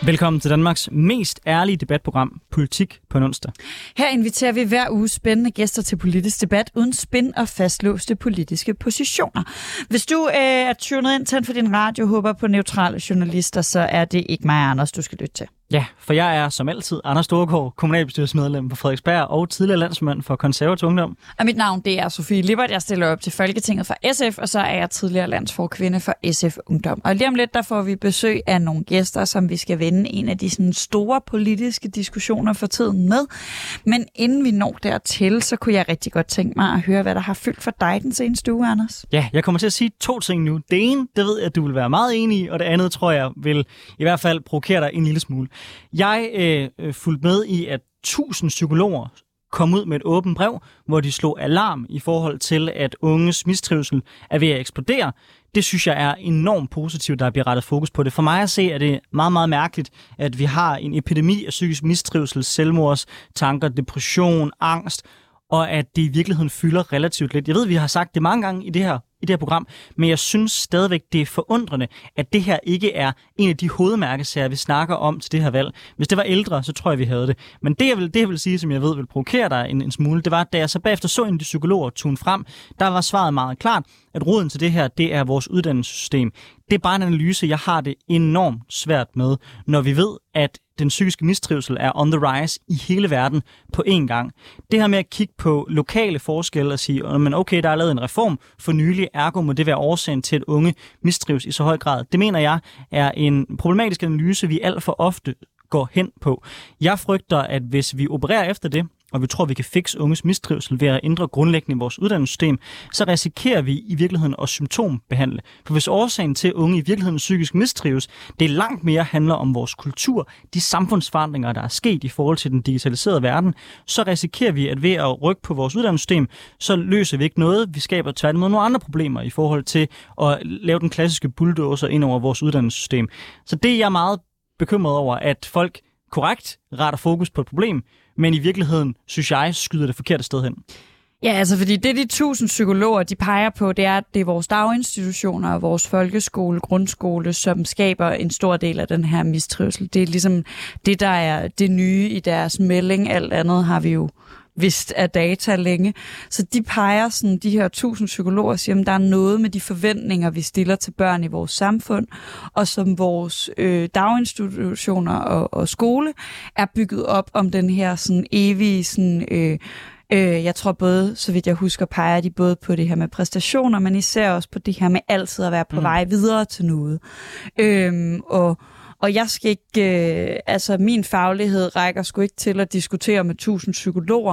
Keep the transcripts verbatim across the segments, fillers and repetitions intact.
Velkommen til Danmarks mest ærlige debatprogram, Politik på en onsdag. Her inviterer vi hver uge spændende gæster til politisk debat uden spin og fastlåste politiske positioner. Hvis du øh, er tunet ind tændt for din radio, håber på neutrale journalister, så er det ikke mig, Anders, du skal lytte til. Ja, for jeg er som altid Anders Storgård, kommunalbestyrelsesmedlem på Frederiksberg og tidligere landsmand for Konservativ Ungdom. Og mit navn det er Sofie Lippert, jeg stiller op til Folketinget for S F, og så er jeg tidligere landsforkvinde for S F Ungdom. Og lige om lidt, der får vi besøg af nogle gæster, som vi skal vende en af de sådan, store politiske diskussioner for tiden med. Men inden vi når dertil, så kunne jeg rigtig godt tænke mig at høre, hvad der har fyldt for dig den seneste uge, Anders. Ja, jeg kommer til at sige to ting nu. Det ene, det ved jeg, at du vil være meget enig i, og det andet, tror jeg, vil i hvert fald provokere dig en lille smule. Jeg øh, fulgte med i, at tusind psykologer kom ud med et åbent brev, hvor de slog alarm i forhold til, at unges mistrivsel er ved at eksplodere. Det synes jeg er enormt positivt, der bliver rettet fokus på det. For mig at se, er det meget, meget mærkeligt, at vi har en epidemi af psykisk mistrivsel, selvmordstanker, depression, angst, og at det i virkeligheden fylder relativt lidt. Jeg ved, vi har sagt det mange gange i det her i det her program, men jeg synes stadigvæk, det er forundrende, at det her ikke er en af de hovedmærkesager, vi snakker om til det her valg. Hvis det var ældre, så tror jeg, vi havde det. Men det, jeg vil, det, jeg vil sige, som jeg ved vil provokere dig en, en smule, det var, da jeg så bagefter så en af de psykologer tune frem, der var svaret meget klart, at roden til det her, det er vores uddannelsessystem. Det er bare en analyse, jeg har det enormt svært med, når vi ved, at den psykiske mistrivsel er on the rise i hele verden på én gang. Det her med at kigge på lokale forskelle og sige, men okay, der er lavet en reform for nylig, ergo må det være årsagen til, at unge mistrives i så høj grad. Det mener jeg er en problematisk analyse, vi alt for ofte går hen på. Jeg frygter, at hvis vi opererer efter det, og vi tror, vi kan fikse unges mistrivsel ved at ændre grundlæggende i vores uddannelsessystem, så risikerer vi i virkeligheden at symptombehandle. For hvis årsagen til, at unge i virkeligheden psykisk mistrives, det langt mere handler om vores kultur, de samfundsforandringer, der er sket i forhold til den digitaliserede verden, så risikerer vi, at ved at rykke på vores uddannelsessystem, så løser vi ikke noget. Vi skaber tværtimod nogle andre problemer i forhold til at lave den klassiske bulldozer ind over vores uddannelsessystem. Så det er jeg meget bekymret over, at folk korrekt retter fokus på et problem, men i virkeligheden, synes jeg, skyder det forkerte sted hen. Ja, altså fordi det, de tusind psykologer, de peger på, det er, at det er vores daginstitutioner og vores folkeskole, grundskole, som skaber en stor del af den her mistrivsel. Det er ligesom det, der er det nye i deres melding. Alt andet har vi jo vidst af data længe. Så de peger sådan, de her tusind psykologer siger, at der er noget med de forventninger, vi stiller til børn i vores samfund, og som vores øh, daginstitutioner og, og skole er bygget op om den her sådan evige sådan, øh, øh, jeg tror både, så vidt jeg husker, peger de både på det her med præstationer, men især også på det her med altid at være på mm. vej videre til noget. Øhm, og Og jeg skal ikke, øh, altså min faglighed rækker sgu ikke til at diskutere med tusind psykologer.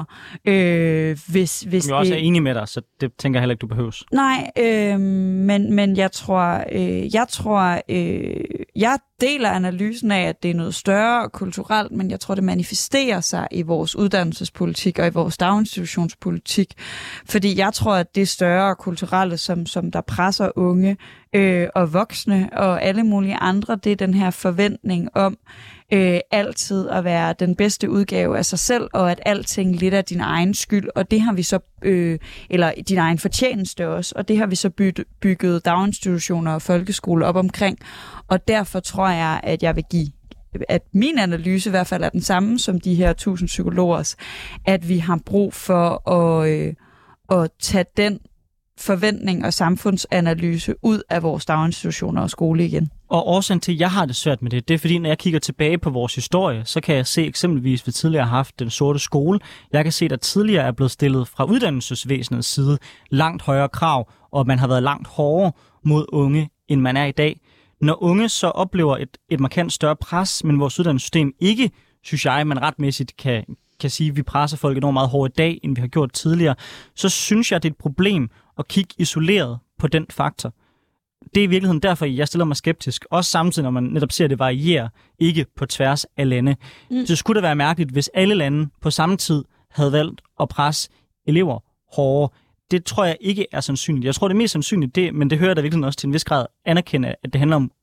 Øh, hvis, hvis jeg er også det... enig med dig, så det tænker jeg heller ikke, du behøves. Nej, øh, men, men jeg tror, øh, jeg tror, øh, jeg deler analysen af, at det er noget større og kulturelt, men jeg tror, det manifesterer sig i vores uddannelsespolitik og i vores daginstitutionspolitik. Fordi jeg tror, at det større og kulturelle, som, som der presser unge øh, og voksne og alle mulige andre, det er den her forventning om øh, altid at være den bedste udgave af sig selv, og at alting lidt er din egen skyld, og det har vi så, øh, eller din egen fortjeneste også, og det har vi så bygget, bygget daginstitutioner og folkeskole op omkring, og derfor tror jeg, at jeg vil give, at min analyse i hvert fald er den samme som de her tusind psykologers, at vi har brug for at, øh, at tage den forventning og samfundsanalyse ud af vores daginstitutioner og skole igen. Og årsagen til, at jeg har det svært med det, det er fordi, når jeg kigger tilbage på vores historie, så kan jeg se eksempelvis, at vi tidligere har haft den sorte skole. Jeg kan se, at der tidligere er blevet stillet fra uddannelsesvæsenets side langt højere krav, og man har været langt hårdere mod unge, end man er i dag. Når unge så oplever et, et markant større pres, men vores uddannelsessystem ikke, synes jeg, man retmæssigt kan, kan sige, at vi presser folk enormt meget hårdere i dag, end vi har gjort tidligere, så synes jeg, det er et problem at kigge isoleret på den faktor. Det er i virkeligheden derfor, jeg stiller mig skeptisk. Også samtidig, når man netop ser, at det varierer ikke på tværs af lande. Mm. Så skulle det være mærkeligt, hvis alle lande på samme tid havde valgt at presse elever hårdere. Det tror jeg ikke er sandsynligt. Jeg tror, det er mest sandsynligt, det, men det hører der virkelig også til en vis grad anerkende, at det handler om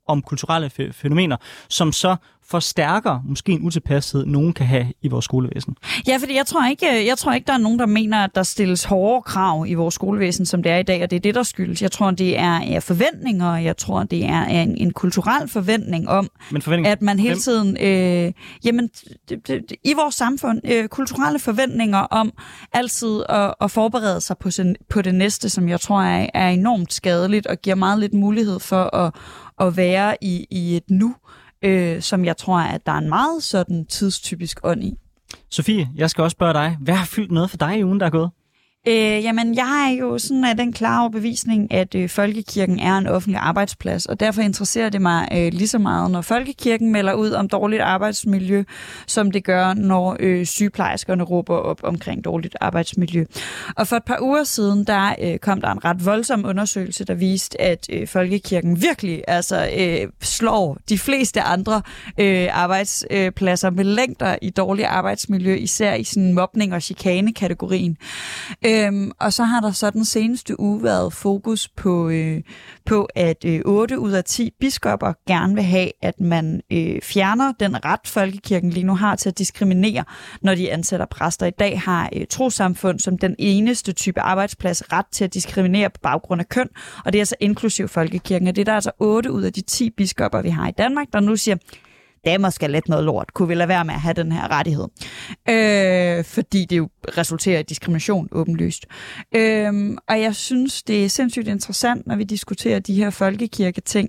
om kulturelle f- fænomener, som så forstærker måske en utilpashed, nogen kan have i vores skolevæsen. Ja, fordi jeg tror ikke, jeg tror ikke, der er nogen, der mener, at der stilles hårdere krav i vores skolevæsen, som det er i dag, og det er det, der skyldes. Jeg tror, det er, er forventninger, jeg tror, det er en, en kulturel forventning om, Men forventning, at man hele hvem? tiden, øh, jamen, det, det, i vores samfund, øh, kulturelle forventninger om altid at, at forberede sig på, sin, på det næste, som jeg tror er, er enormt skadeligt, og giver meget lidt mulighed for at, at være i, i et nu, Øh, som jeg tror, at der er en meget sådan tidstypisk ånd i. Sofie, jeg skal også spørge dig, hvad har fyldt noget for dig i ugen, der er gået? Øh, jamen, jeg er jo sådan af den klare overbevisning, at øh, folkekirken er en offentlig arbejdsplads, og derfor interesserer det mig øh, lige så meget, når folkekirken melder ud om dårligt arbejdsmiljø, som det gør, når øh, sygeplejerskerne råber op omkring dårligt arbejdsmiljø. Og for et par uger siden, der øh, kom der en ret voldsom undersøgelse, der viste, at øh, folkekirken virkelig altså øh, slår de fleste andre øh, arbejdspladser med længder i dårligt arbejdsmiljø, især i sådan mobning- og chikane-kategorien. Øhm, og så har der så den seneste uge været fokus på, øh, på at øh, otte ud af ti biskopper gerne vil have, at man øh, fjerner den ret, folkekirken lige nu har til at diskriminere, når de ansætter præster. I dag har øh, trossamfund som den eneste type arbejdsplads ret til at diskriminere på baggrund af køn, og det er altså inklusiv folkekirken. Og det er der altså otte ud af de ti biskopper, vi har i Danmark, der nu siger, det er måske lidt noget lort. Kunne vi lade være med at have den her rettighed? Øh, fordi det jo resulterer i diskrimination, åbenlyst. Øh, og jeg synes, det er sindssygt interessant, når vi diskuterer de her folkekirketing.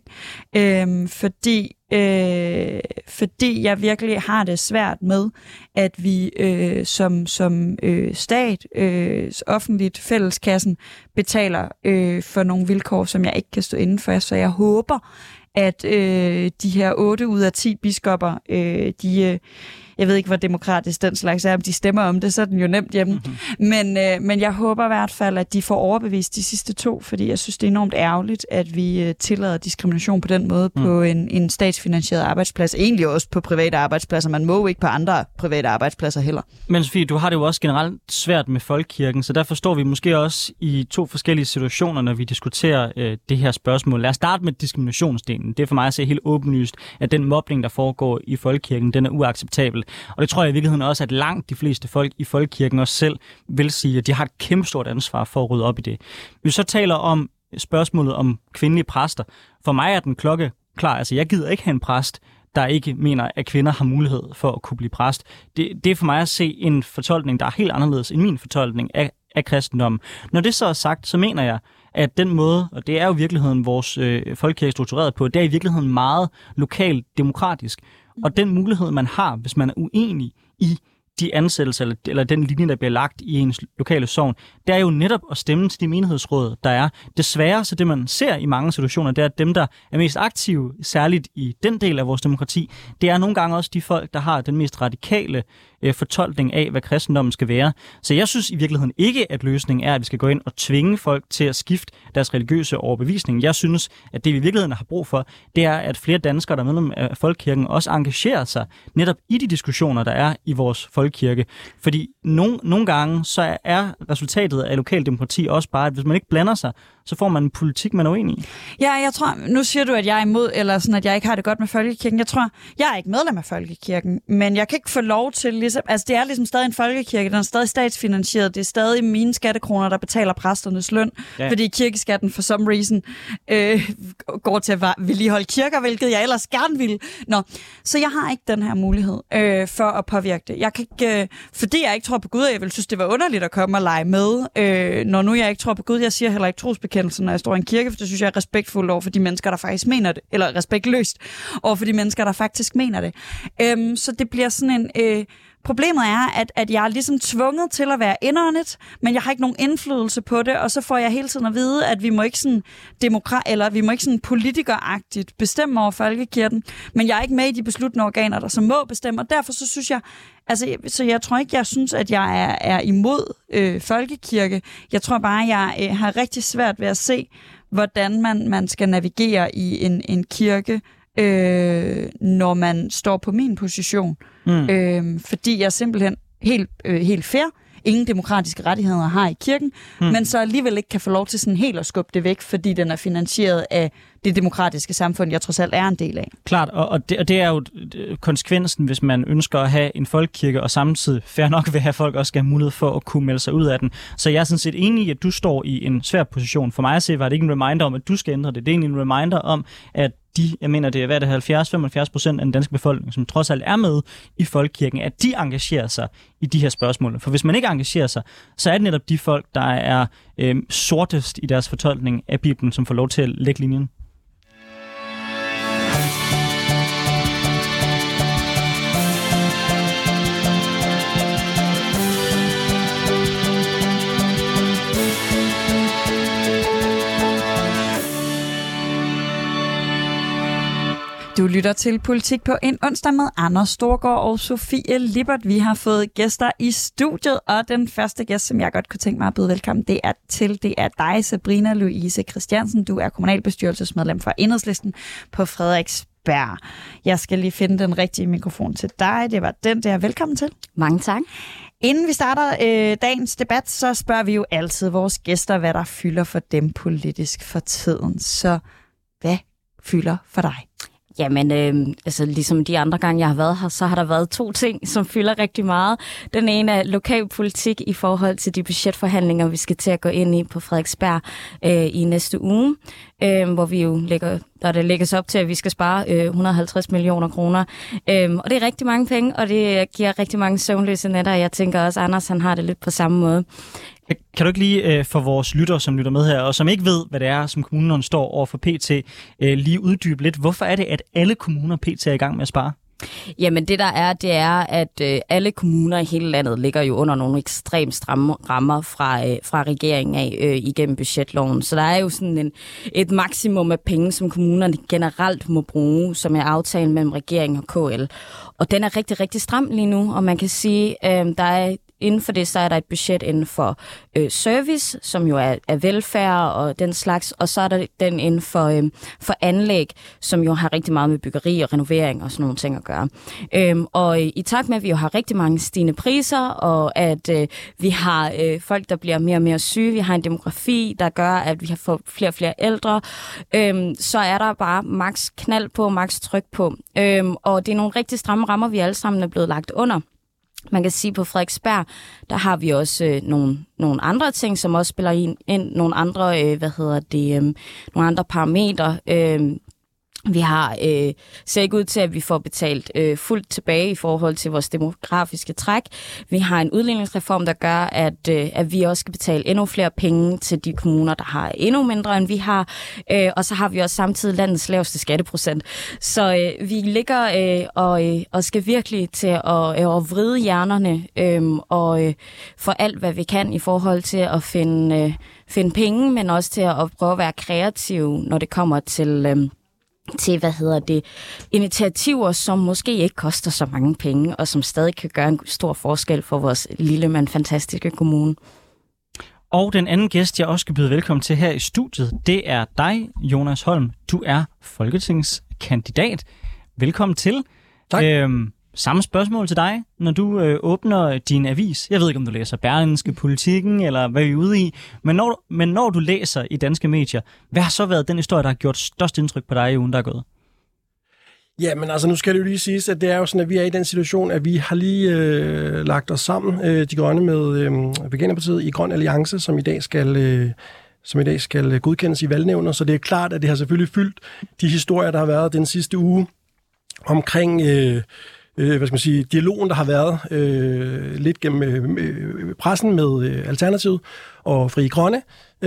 Øh, fordi, øh, fordi jeg virkelig har det svært med, at vi øh, som, som øh, stat, øh, offentligt fælleskassen, betaler øh, for nogle vilkår, som jeg ikke kan stå inden for. Så jeg håber, at øh, de her otte ud af ti biskopper, øh, de, øh, jeg ved ikke, hvor demokratisk den slags er, om de stemmer om det, så er den jo nemt hjemme. Mm-hmm. Men, øh, men jeg håber i hvert fald, at de får overbevist de sidste to, fordi jeg synes, det er enormt ærgerligt, at vi øh, tillader diskrimination på den måde mm. på en, en statsfinansieret arbejdsplads. Egentlig også på private arbejdspladser. Man må jo ikke på andre private arbejdspladser heller. Men Sofie, du har det jo også generelt svært med folkekirken, så derfor står vi måske også i to forskellige situationer, når vi diskuterer øh, det her spørgsmål. Lad os starte med diskriminationsdelen. Det er for mig at se helt åbenlyst, at den mobning, der foregår i folkekirken, den er uacceptabel. Og det tror jeg i virkeligheden også, at langt de fleste folk i folkekirken også selv vil sige, at de har et kæmpestort ansvar for at rydde op i det. Vi så taler om spørgsmålet om kvindelige præster. For mig er den klokke klar. Altså, jeg gider ikke have en præst, der ikke mener, at kvinder har mulighed for at kunne blive præst. Det, det er for mig at se en fortolkning, der er helt anderledes end min fortolkning af, af kristendommen. Når det så er sagt, så mener jeg, at den måde, og det er jo i virkeligheden vores øh, folkekirke struktureret på, det er i virkeligheden meget lokalt demokratisk. Og den mulighed, man har, hvis man er uenig i de ansættelser, eller, eller den linje, der bliver lagt i ens lokale sogn, det er jo netop at stemme til de menighedsråd, der er. Desværre, så det man ser i mange situationer, det er, at dem, der er mest aktive, særligt i den del af vores demokrati, det er nogle gange også de folk, der har den mest radikale øh, fortolkning af, hvad kristendommen skal være. Så jeg synes i virkeligheden ikke, at løsningen er, at vi skal gå ind og tvinge folk til at skifte deres religiøse overbevisning. Jeg synes, at det vi i virkeligheden har brug for, det er, at flere danskere, der er medlem af folkekirken, også engagerer sig netop i de diskussioner, der er i vores folkekirke. Fordi nogle, nogle gange, så er resultatet af lokal demokrati også bare, at hvis man ikke blander sig, så får man en politik, man er uenig i. Ja, jeg tror, nu siger du, at jeg er imod, eller sådan, at jeg ikke har det godt med folkekirken. Jeg tror, jeg er ikke medlem af folkekirken, men jeg kan ikke få lov til, ligesom, altså det er ligesom stadig en folkekirke, den er stadig statsfinansieret, det er stadig mine skattekroner, der betaler præsternes løn, ja. Fordi kirkeskatten for some reason øh, går til at vedligeholde kirker, hvilket jeg ellers gerne ville. Nå, så jeg har ikke den her mulighed øh, for at påvirke det. Jeg kan ikke, øh, fordi jeg ikke tror på Gud, og jeg vil synes, det var underligt at komme og lege med, øh, når nu jeg ikke tror på Gud. Jeg siger heller ikke trosbekendelse, når jeg står i en kirke, for det synes jeg er respektfuldt over for de mennesker, der faktisk mener det, eller respektløst over for de mennesker, der faktisk mener det. Øhm, så det bliver sådan en... Øh, Problemet er, at, at jeg er ligesom tvunget til at være indåndet, men jeg har ikke nogen indflydelse på det, og så får jeg hele tiden at vide, at vi må ikke sådan demokrat eller vi må ikke sådan politikeragtigt bestemme over folkekirken, men jeg er ikke med i de besluttende organer, der så må bestemme, og derfor så synes jeg, altså så jeg tror ikke, jeg synes, at jeg er, er imod øh, folkekirke. Jeg tror bare, jeg øh, har rigtig svært ved at se, hvordan man, man skal navigere i en, en kirke, øh, når man står på min position. Mm. Øh, fordi jeg simpelthen helt, øh, helt fair ingen demokratiske rettigheder har i kirken, hmm. men så alligevel ikke kan få lov til sådan helt at skubbe det væk, fordi den er finansieret af det demokratiske samfund, jeg trods alt er en del af. Klart, og, og, det, og det er jo konsekvensen, hvis man ønsker at have en folkekirke, og samtidig fair nok vil have folk også skal have mulighed for at kunne melde sig ud af den. Så jeg er sådan set enig i, at du står i en svær position. For mig at se, var det ikke en reminder om, at du skal ændre det. Det er egentlig en reminder om, at de, jeg mener, det er, hvad er det, halvfjerds til femoghalvfjerds procent af den danske befolkning, som trods alt er med i folkekirken, at de engagerer sig i de her spørgsmål. For hvis man ikke engagerer sig, så er det netop de folk, der er øh, sortest i deres fortolkning af Bibelen, som får lov til at lægge linjen. Du lytter til Politik på en onsdag med Anders Storgård og Sofie Lippert. Vi har fået gæster i studiet, og den første gæst, som jeg godt kunne tænke mig at byde velkommen, det er til, det er dig, Sabrina Louise Christiansen. Du er kommunalbestyrelsesmedlem for Enhedslisten på Frederiksberg. Jeg skal lige finde den rigtige mikrofon til dig. Det var den der. Velkommen til. Mange tak. Inden vi starter øh, dagens debat, så spørger vi jo altid vores gæster, hvad der fylder for dem politisk for tiden. Så hvad fylder for dig? Jamen, øh, altså ligesom de andre gange, jeg har været her, så har der været to ting, som fylder rigtig meget. Den ene er lokalpolitik i forhold til de budgetforhandlinger, vi skal til at gå ind i på Frederiksberg øh, i næste uge, øh, hvor vi jo lægger, der det lægges op til, at vi skal spare øh, et hundrede og halvtreds millioner kroner. Øh, og det er rigtig mange penge, og det giver rigtig mange søvnløse nætter. Jeg tænker også, at Anders han har det lidt på samme måde. Kan du ikke lige øh, for vores lyttere, som lytter med her, og som ikke ved, hvad det er, som kommunerne står over for P T, øh, lige uddybe lidt, hvorfor er det, at alle kommuner P T er i gang med at spare? Jamen det der er, det er, at øh, alle kommuner i hele landet ligger jo under nogle ekstremt stramme rammer fra, øh, fra regeringen af øh, igennem budgetloven. Så der er jo sådan en, et maksimum af penge, som kommunerne generelt må bruge, som er aftalen mellem regeringen og K L. Og den er rigtig, rigtig stram lige nu, og man kan sige, øh, der er inden for det, så er der et budget inden for øh, service, som jo er, er velfærd og den slags, og så er der den inden for, øh, for anlæg, som jo har rigtig meget med byggeri og renovering og sådan nogle ting at gøre. Øhm, og i takt med, at vi jo har rigtig mange stigende priser, og at øh, vi har øh, folk, der bliver mere og mere syge, vi har en demografi, der gør, at vi har fået flere og flere ældre, øhm, så er der bare maks knald på, maks tryk på. Øhm, og det er nogle rigtig stramme rammer, vi alle sammen er blevet lagt under. Man kan sige, på Frederiksberg, der har vi også øh, nogle, nogle andre ting, som også spiller ind, ind nogle andre, øh, hvad hedder det, øh, nogle andre parametre. Øh, Vi har øh, ser ikke ud til, at vi får betalt øh, fuldt tilbage i forhold til vores demografiske træk. Vi har en udligningsreform, der gør, at, øh, at vi også skal betale endnu flere penge til de kommuner, der har endnu mindre, end vi har. Øh, og så har vi også samtidig landets laveste skatteprocent. Så øh, vi ligger øh, og, øh, og skal virkelig til at, øh, at vride hjernerne øh, og øh, for alt, hvad vi kan i forhold til at finde, øh, finde penge, men også til at prøve at være kreative, når det kommer til... Øh, til, hvad hedder det, initiativer, som måske ikke koster så mange penge, og som stadig kan gøre en stor forskel for vores lille, men fantastiske kommune. Og den anden gæst, jeg også skal byde velkommen til her i studiet, det er dig, Jonas Holm. Du er folketingskandidat. Velkommen til. Tak. Øhm, samme spørgsmål til dig, når du øh, åbner din avis. Jeg ved ikke, om du læser Berlingske, Politikken, eller hvad vi er ude i. Men når, men når du læser i danske medier, hvad har så været den historie, der har gjort størst indtryk på dig i ugen, der er gået? Ja, men altså nu skal det jo lige siges, at det er jo sådan, at vi er i den situation, at vi har lige øh, lagt os sammen, øh, de grønne med øh, Veganerpartiet i Grøn Alliance, som i dag skal... Øh, som i dag skal godkendes i valgnævnet. Så det er klart, at det har selvfølgelig fyldt de historier, der har været den sidste uge omkring... Øh, Øh, hvad skal man sige, dialogen, der har været øh, lidt gennem øh, pressen med øh, Alternativet og Frie Grønne.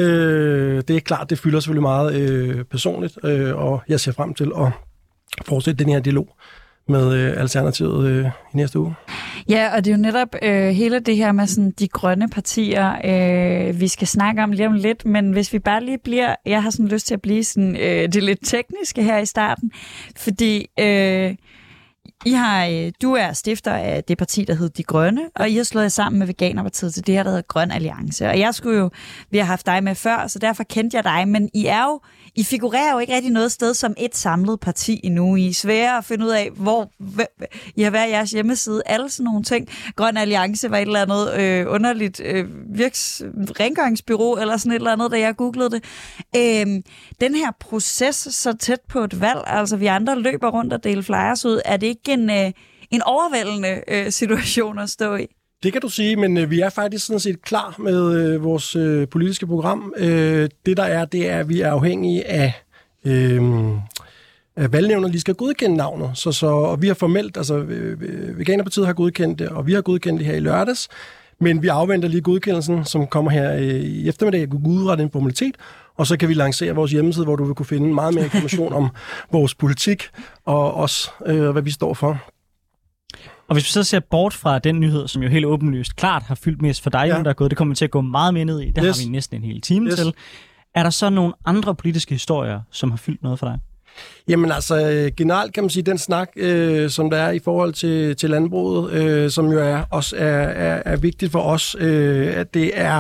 Øh, det er klart, det fylder selvfølgelig meget øh, personligt, øh, og jeg ser frem til at fortsætte den her dialog med øh, Alternativet øh, i næste uge. Ja, og det er jo netop øh, hele det her med sådan, de grønne partier, øh, vi skal snakke om lige om lidt, men hvis vi bare lige bliver, jeg har sådan lyst til at blive sådan, øh, det lidt tekniske her i starten, fordi... Øh, I har, du er stifter af det parti, der hedder De Grønne, og I har slået jer sammen med Veganerpartiet til det her, der hedder Grøn Alliance. Og jeg skulle jo, vi har haft dig med før, så derfor kendte jeg dig, men I er jo, I figurerer jo ikke rigtig noget sted som et samlet parti endnu. I er svære at finde ud af, hvor I har været jeres hjemmeside, alle sådan nogle ting. Grøn Alliance var et eller andet øh, underligt øh, virks rengøringsbyrå, eller sådan et eller andet, da jeg googlede det. Øh, den her proces så tæt på et valg, altså vi andre løber rundt og deler flyers ud, er det ikke en, øh, en overvældende øh, situation at stå i? Det kan du sige, men øh, vi er faktisk sådan set klar med øh, vores øh, politiske program. Øh, det der er, det er, at vi er afhængige af, øh, af valgnævnet, de skal godkende navnet. Så, så, og vi har formelt, altså øh, Veganerpartiet har godkendt det, og vi har godkendt det her i lørdags. Men vi afventer lige godkendelsen, som kommer her øh, i eftermiddag. Jeg kunne udrette en formalitet, og så kan vi lancere vores hjemmeside, hvor du vil kunne finde meget mere information om vores politik og os, øh, hvad vi står for. Og hvis vi så ser bort fra den nyhed, som jo helt åbenlyst klart har fyldt mest for dig, ja. der er gået, det kommer til at gå meget mere ned i. Det yes. har vi næsten en hel time yes. til. Er der så nogle andre politiske historier, som har fyldt noget for dig? Jamen altså, generelt kan man sige, den snak, øh, som der er i forhold til, til landbruget, øh, som jo er, også er, er, er vigtigt for os, øh, at det er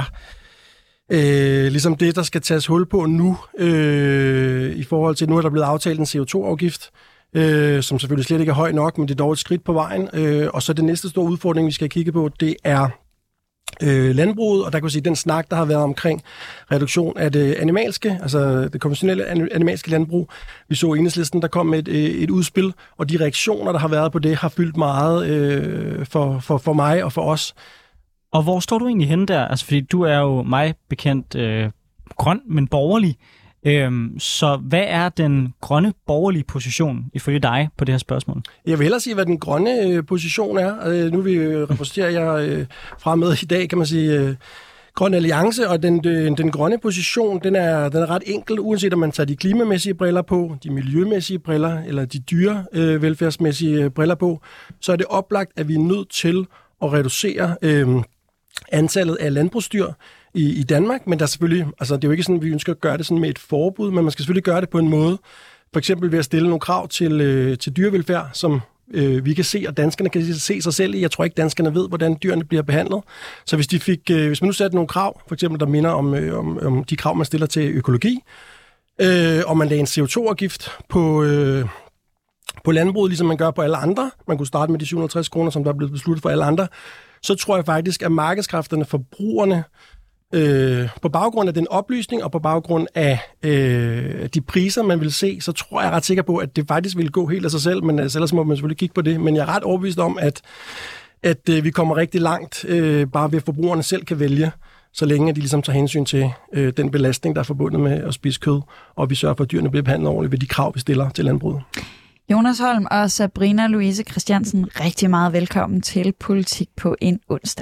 øh, ligesom det, der skal tages hul på nu, øh, i forhold til, nu er der blevet aftalt en C O to afgift, øh, som selvfølgelig slet ikke er høj nok, men det er dog et skridt på vejen. Øh, og så det næste store udfordring, vi skal kigge på, det er øh, landbruget, og der kan vi sige, den snak, der har været omkring reduktion af det animalske, altså det konventionelle animalske landbrug. Vi så Enhedslisten, der kom med et, et udspil, og de reaktioner, der har været på det, har fyldt meget øh, for, for, for mig og for os. Og hvor står du egentlig henne der? Altså, fordi du er jo mig bekendt øh, grøn, men borgerlig. Øhm, så hvad er den grønne borgerlige position ifølge dig på det her spørgsmål? Jeg vil hellere sige, hvad den grønne øh, position er. Øh, nu vi repræsenterer jeg øh, fremmed i dag, kan man sige, øh, Grøn Alliance, og den, den, den grønne position, den er, den er ret enkel, uanset om man tager de klimamæssige briller på, de miljømæssige briller, eller de dyre øh, velfærdsmæssige briller på, så er det oplagt, at vi er nødt til at reducere øh, antallet af landbrugsdyr i, i Danmark, men der er selvfølgelig, altså det er jo ikke sådan, at vi ønsker at gøre det sådan med et forbud, men man skal selvfølgelig gøre det på en måde, for eksempel ved at stille nogle krav til, øh, til dyrevelfærd, som øh, vi kan se, og danskerne kan se sig selv i. Jeg tror ikke, danskerne ved, hvordan dyrene bliver behandlet. Så hvis, de fik, øh, hvis man nu satte nogle krav, for eksempel der minder om, øh, om, om de krav, man stiller til økologi, øh, og man lagde en C O to afgift på, øh, på landbruget, ligesom man gør på alle andre, man kunne starte med de syv hundrede og halvtreds kroner, som der er blevet besluttet for alle andre, så tror jeg faktisk, at markedskræfterne, forbrugerne, Øh, på baggrund af den oplysning og på baggrund af øh, de priser, man vil se, så tror jeg ret sikker på, at det faktisk vil gå helt af sig selv, men altså, ellers må man selvfølgelig kigge på det. Men jeg er ret overbevist om, at, at øh, vi kommer rigtig langt, øh, bare ved at forbrugerne selv kan vælge, så længe de ligesom tager hensyn til øh, den belastning, der er forbundet med at spise kød, og vi sørger for, at dyrene bliver behandlet ordentligt ved de krav, vi stiller til landbruget. Jonas Holm og Sabrina Louise Christiansen, rigtig meget velkommen til Politik på en onsdag.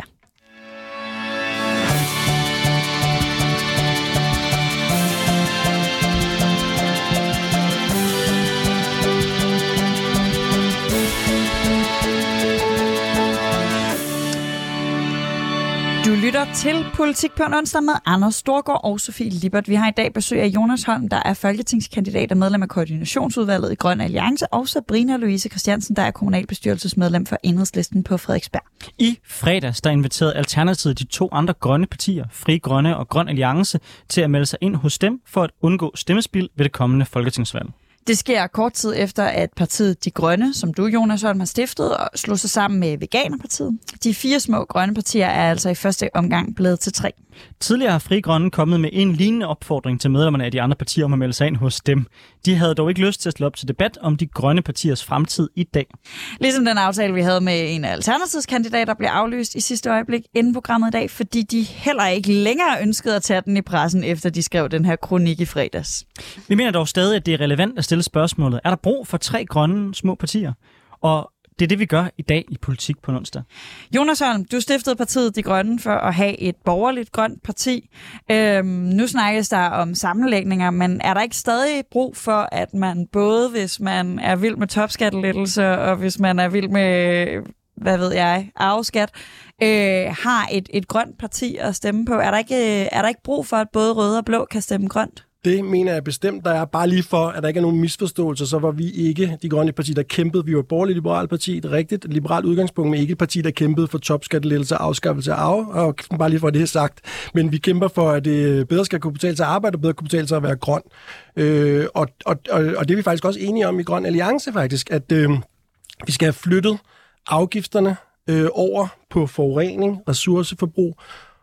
Du lytter til Politik på en onsdag med Anders Storgård og Sofie Lippert. Vi har i dag besøg af Jonas Holm, der er folketingskandidat og medlem af koordinationsudvalget i Grøn Alliance, og Sabrina Louise Christiansen, der er kommunalbestyrelsesmedlem for Enhedslisten på Frederiksberg. I fredags der inviterede Alternativet de to andre grønne partier, Fri Grønne og Grøn Alliance, til at melde sig ind hos dem for at undgå stemmespild ved det kommende folketingsvalg. Det sker kort tid efter, at partiet De Grønne, som du, Jonas Holm, har stiftet, og slog sig sammen med Veganerpartiet. De fire små grønne partier er altså i første omgang blevet til tre. Tidligere har Fri Grønne kommet med en lignende opfordring til medlemmerne af de andre partier om at melde sig ind hos dem. De havde dog ikke lyst til at slå op til debat om de grønne partiers fremtid i dag. Ligesom den aftale, vi havde med en af Alternativets kandidater, blev aflyst i sidste øjeblik inden programmet i dag, fordi de heller ikke længere ønskede at tage den i pressen, efter de skrev den her kronik i fredags. Vi mener dog stadig, at det er relevant at stille spørgsmålet. Er der brug for tre grønne små partier? Og det er det, vi gør i dag i Politik på onsdag. Jonas Holm, du stiftede partiet De Grønne for at have et borgerligt grønt parti. Øhm, nu snakkes der om sammenlægninger, men er der ikke stadig brug for, at man både, hvis man er vild med topskattelettelser, og hvis man er vild med, hvad ved jeg, arveskat, øh, har et, et grønt parti at stemme på? Er der, ikke, er der ikke brug for, at både røde og blå kan stemme grønt? Det mener jeg bestemt, der er. Bare lige for, at der ikke er nogen misforståelser, så var vi ikke de grønne parti, der kæmpede. Vi var et borgerligt liberalt parti, det er rigtigt. Et liberalt udgangspunkt, men ikke et parti, der kæmpede for topskattelettelse, afskaffelse af arv. Og bare lige for det sagt. Men vi kæmper for, at det bedre skal kunne betale sig at arbejde, og bedre kunne betale sig at være grøn. Øh, og, og, og, og det er vi faktisk også enige om i Grøn Alliance, faktisk, at øh, vi skal have flyttet afgifterne øh, over på forurening, ressourceforbrug,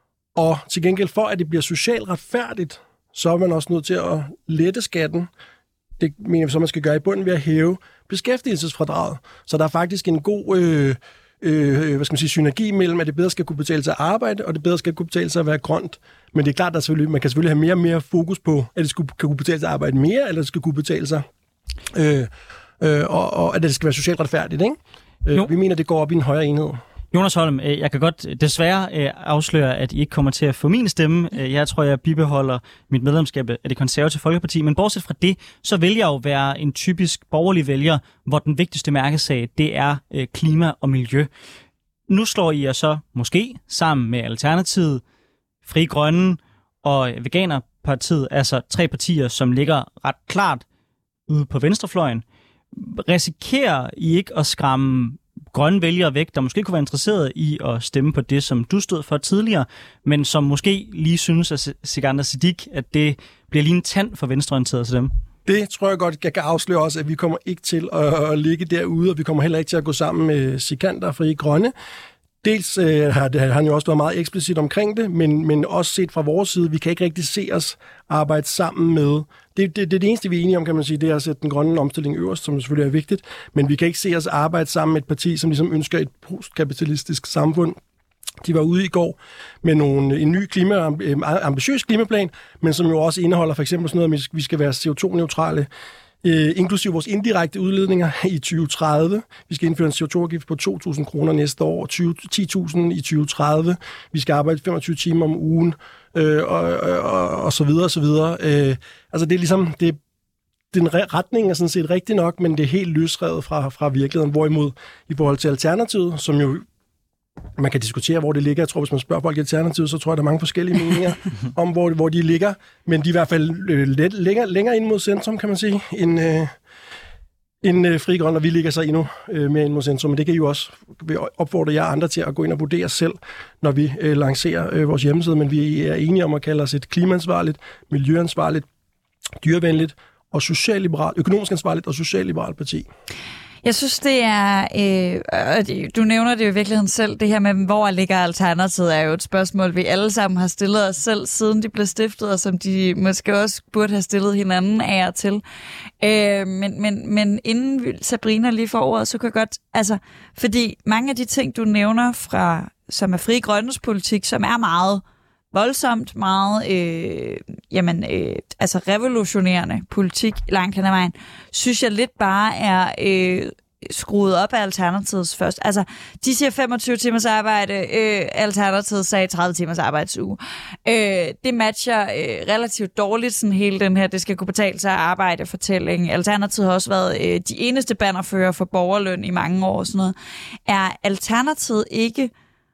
og til gengæld for, at det bliver socialt retfærdigt, så er man også nødt til at lette skatten. Det mener vi så, man skal gøre i bunden ved at hæve beskæftigelsesfradraget. Så der er faktisk en god øh, øh, hvad skal man sige, synergi mellem, at det bedre skal kunne betale sig at arbejde, og det bedre skal kunne betale sig at være grønt. Men det er klart, at selvfølgelig, man kan selvfølgelig have mere og mere fokus på, at det skal kunne betale sig at arbejde mere, eller det skal kunne betale sig, øh, øh, og, og at det skal være socialt retfærdigt. Ikke? Øh, vi mener, det går op i en højere enhed. Jonas Holm, jeg kan godt desværre afsløre, at I ikke kommer til at få min stemme. Jeg tror, jeg bibeholder mit medlemskab af det konservative Folkeparti. Men bortset fra det, så vil jeg jo være en typisk borgerlig vælger, hvor den vigtigste mærkesag, det er klima og miljø. Nu slår I jer så måske sammen med Alternativet, Frie Grønne og Veganerpartiet, altså tre partier, som ligger ret klart ude på venstrefløjen. Risikerer I ikke at skræmme grønne vælgere væk, der måske kunne være interesseret i at stemme på det, som du stod for tidligere, men som måske lige synes, at Sikandar Siddique, at det bliver lige en tand for venstreorienteret til dem? Det tror jeg godt, jeg kan afsløre også, at vi kommer ikke til at ligge derude, og vi kommer heller ikke til at gå sammen med Sikandar og Frie Grønne. Dels øh, har han jo også været meget eksplicit omkring det, men, men også set fra vores side, vi kan ikke rigtig se os arbejde sammen med. Det, det, det er det eneste, vi er enige om, kan man sige, det er at sætte den grønne omstilling øverst, som selvfølgelig er vigtigt, men vi kan ikke se os arbejde sammen med et parti, som ligesom ønsker et postkapitalistisk samfund. De var ude i går med nogle, en ny klima, ambitiøs klimaplan, men som jo også indeholder for eksempel sådan noget, at vi skal være C O to neutrale, Øh, inklusive vores indirekte udledninger i tyve tredive. Vi skal indføre en C O to afgift på to tusind kroner næste år, ti tusind i tyve tredive. Vi skal arbejde femogtyve timer om ugen, øh, og, og, og så videre, og så videre. Øh, altså det er ligesom, det, den retning er sådan set rigtig nok, men det er helt løsrevet fra, fra virkeligheden. Hvorimod i forhold til Alternativet, som jo man kan diskutere, hvor det ligger. Jeg tror, hvis man spørger folk i Alternativet, så tror jeg, der er mange forskellige meninger om, hvor, hvor de ligger. Men de er i hvert fald øh, let, længere, længere ind mod centrum, kan man sige, end, øh, end øh, Frie Grønne, og vi ligger så endnu øh, mere ind mod centrum. Men det kan I jo også opfordre jer andre til at gå ind og vurdere selv, når vi øh, lancerer øh, vores hjemmeside. Men vi er enige om at kalde os et klimaansvarligt, miljøansvarligt, dyrevenligt og socialliberalt, økonomisk ansvarligt og socialliberalt parti. Jeg synes, det er... Øh, du nævner det jo i virkeligheden selv, det her med, hvor ligger Alternativet, er jo et spørgsmål, vi alle sammen har stillet os selv, siden de blev stiftet, og som de måske også burde have stillet hinanden af og til. Øh, men, men, men inden Sabrina lige får ordet, så kan jeg godt... Altså, fordi mange af de ting, du nævner, fra, som er Frie Grønnes politik, som er meget voldsomt, meget øh, jamen, øh, altså revolutionerende politik langt hen ad vejen, synes jeg lidt bare er øh, skruet op af Alternativets først. Altså, de siger femogtyve timers arbejde, øh, Alternativet sagde tredive timers arbejdsuge. Øh, det matcher øh, relativt dårligt, sådan hele den her, det skal kunne betale sig at arbejde fortælling. Alternativet har også været øh, de eneste bannerfører for borgerløn i mange år og sådan noget. Er Alternativet ikke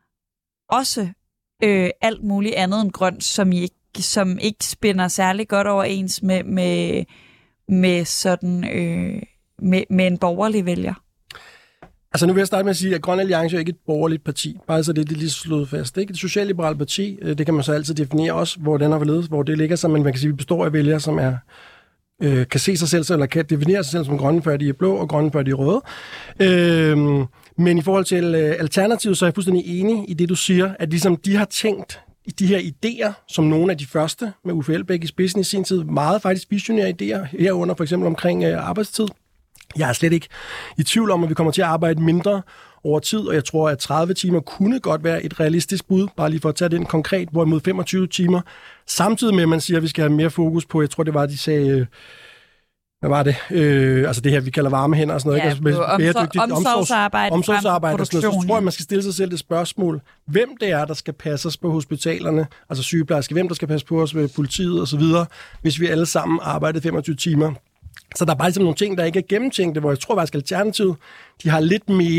også Øh, alt muligt andet end grønt, som, I ikke, som ikke spænder særlig godt overens med, med, med, sådan, øh, med, med en borgerlig vælger? Altså nu vil jeg starte med at sige, at Grøn Alliance er ikke et borgerligt parti. Bare så det er det lige slået fast. Det er ikke et socialliberalt parti. Det kan man så altid definere også, hvor den har ledet, hvor det ligger sig. Men man kan sige, at vi består af vælgere, som er øh, kan se sig selv, eller kan definere sig selv som grønne, før de er blå, og grønne, før de er røde. Øh, Men i forhold til øh, Alternativet, så er jeg fuldstændig enig i det, du siger, at ligesom de har tænkt i de her idéer, som nogle af de første med Uffe Elbæk i spidsen i sin tid, meget faktisk visionære idéer, herunder for eksempel omkring øh, arbejdstid. Jeg er slet ikke i tvivl om, at vi kommer til at arbejde mindre over tid, og jeg tror, at tredive timer kunne godt være et realistisk bud, bare lige for at tage den konkret, hvorimod femogtyve timer, samtidig med, at man siger, at vi skal have mere fokus på, jeg tror, det var, de sagde... Øh, Hvad var det? Øh, altså det her, vi kalder varme hænder og sådan noget. Ja, ikke? Altså, omsorg, omsorgsarbejde, omsorgsarbejde og sådan noget. Så tror jeg, ja. man skal stille sig selv det spørgsmål, hvem det er, der skal passe os på hospitalerne, altså sygeplejersker, hvem der skal passe på os ved politiet og så videre, hvis vi alle sammen arbejdede femogtyve timer. Så der er bare ligesom nogle ting, der ikke er gennemtænkte, hvor jeg tror faktisk Alternativet, de har lidt mere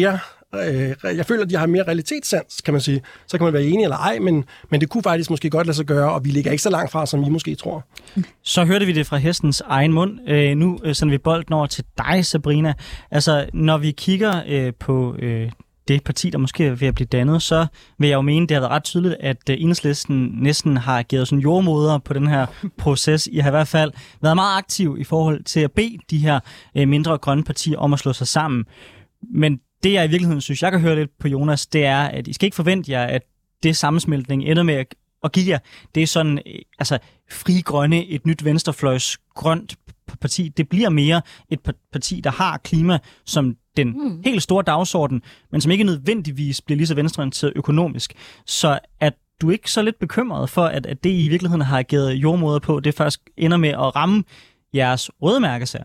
øh, jeg føler, at de har mere realitetssans, kan man sige. Så kan man være enig eller ej, men, men det kunne faktisk måske godt lade sig gøre, og vi ligger ikke så langt fra, som I måske tror. Så hørte vi det fra hestens egen mund. Øh, nu øh, sender vi bolden over til dig, Sabrina. Altså, når vi kigger øh, på øh, det parti, der måske er ved at blive dannet, så vil jeg jo mene, det har været ret tydeligt, at øh, Enhedslisten næsten har givet sådan jordmoder på den her proces. I har i hvert fald været meget aktiv i forhold til at bede de her øh, mindre grønne partier om at slå sig sammen. Men det, jeg i virkeligheden synes, jeg kan høre lidt på Jonas, det er, at I skal ikke forvente jer, at det sammensmeltning ender med at, at give jer. Det er sådan, altså, Frie Grønne, et nyt venstrefløjs grønt parti. Det bliver mere et parti, der har klima som den mm. helt store dagsorden, men som ikke nødvendigvis bliver lige så venstreorienteret økonomisk. Så at du ikke så lidt bekymret for, at, at det I i virkeligheden har ageret jordmoder på, det først ender med at ramme jeres røde mærkesager?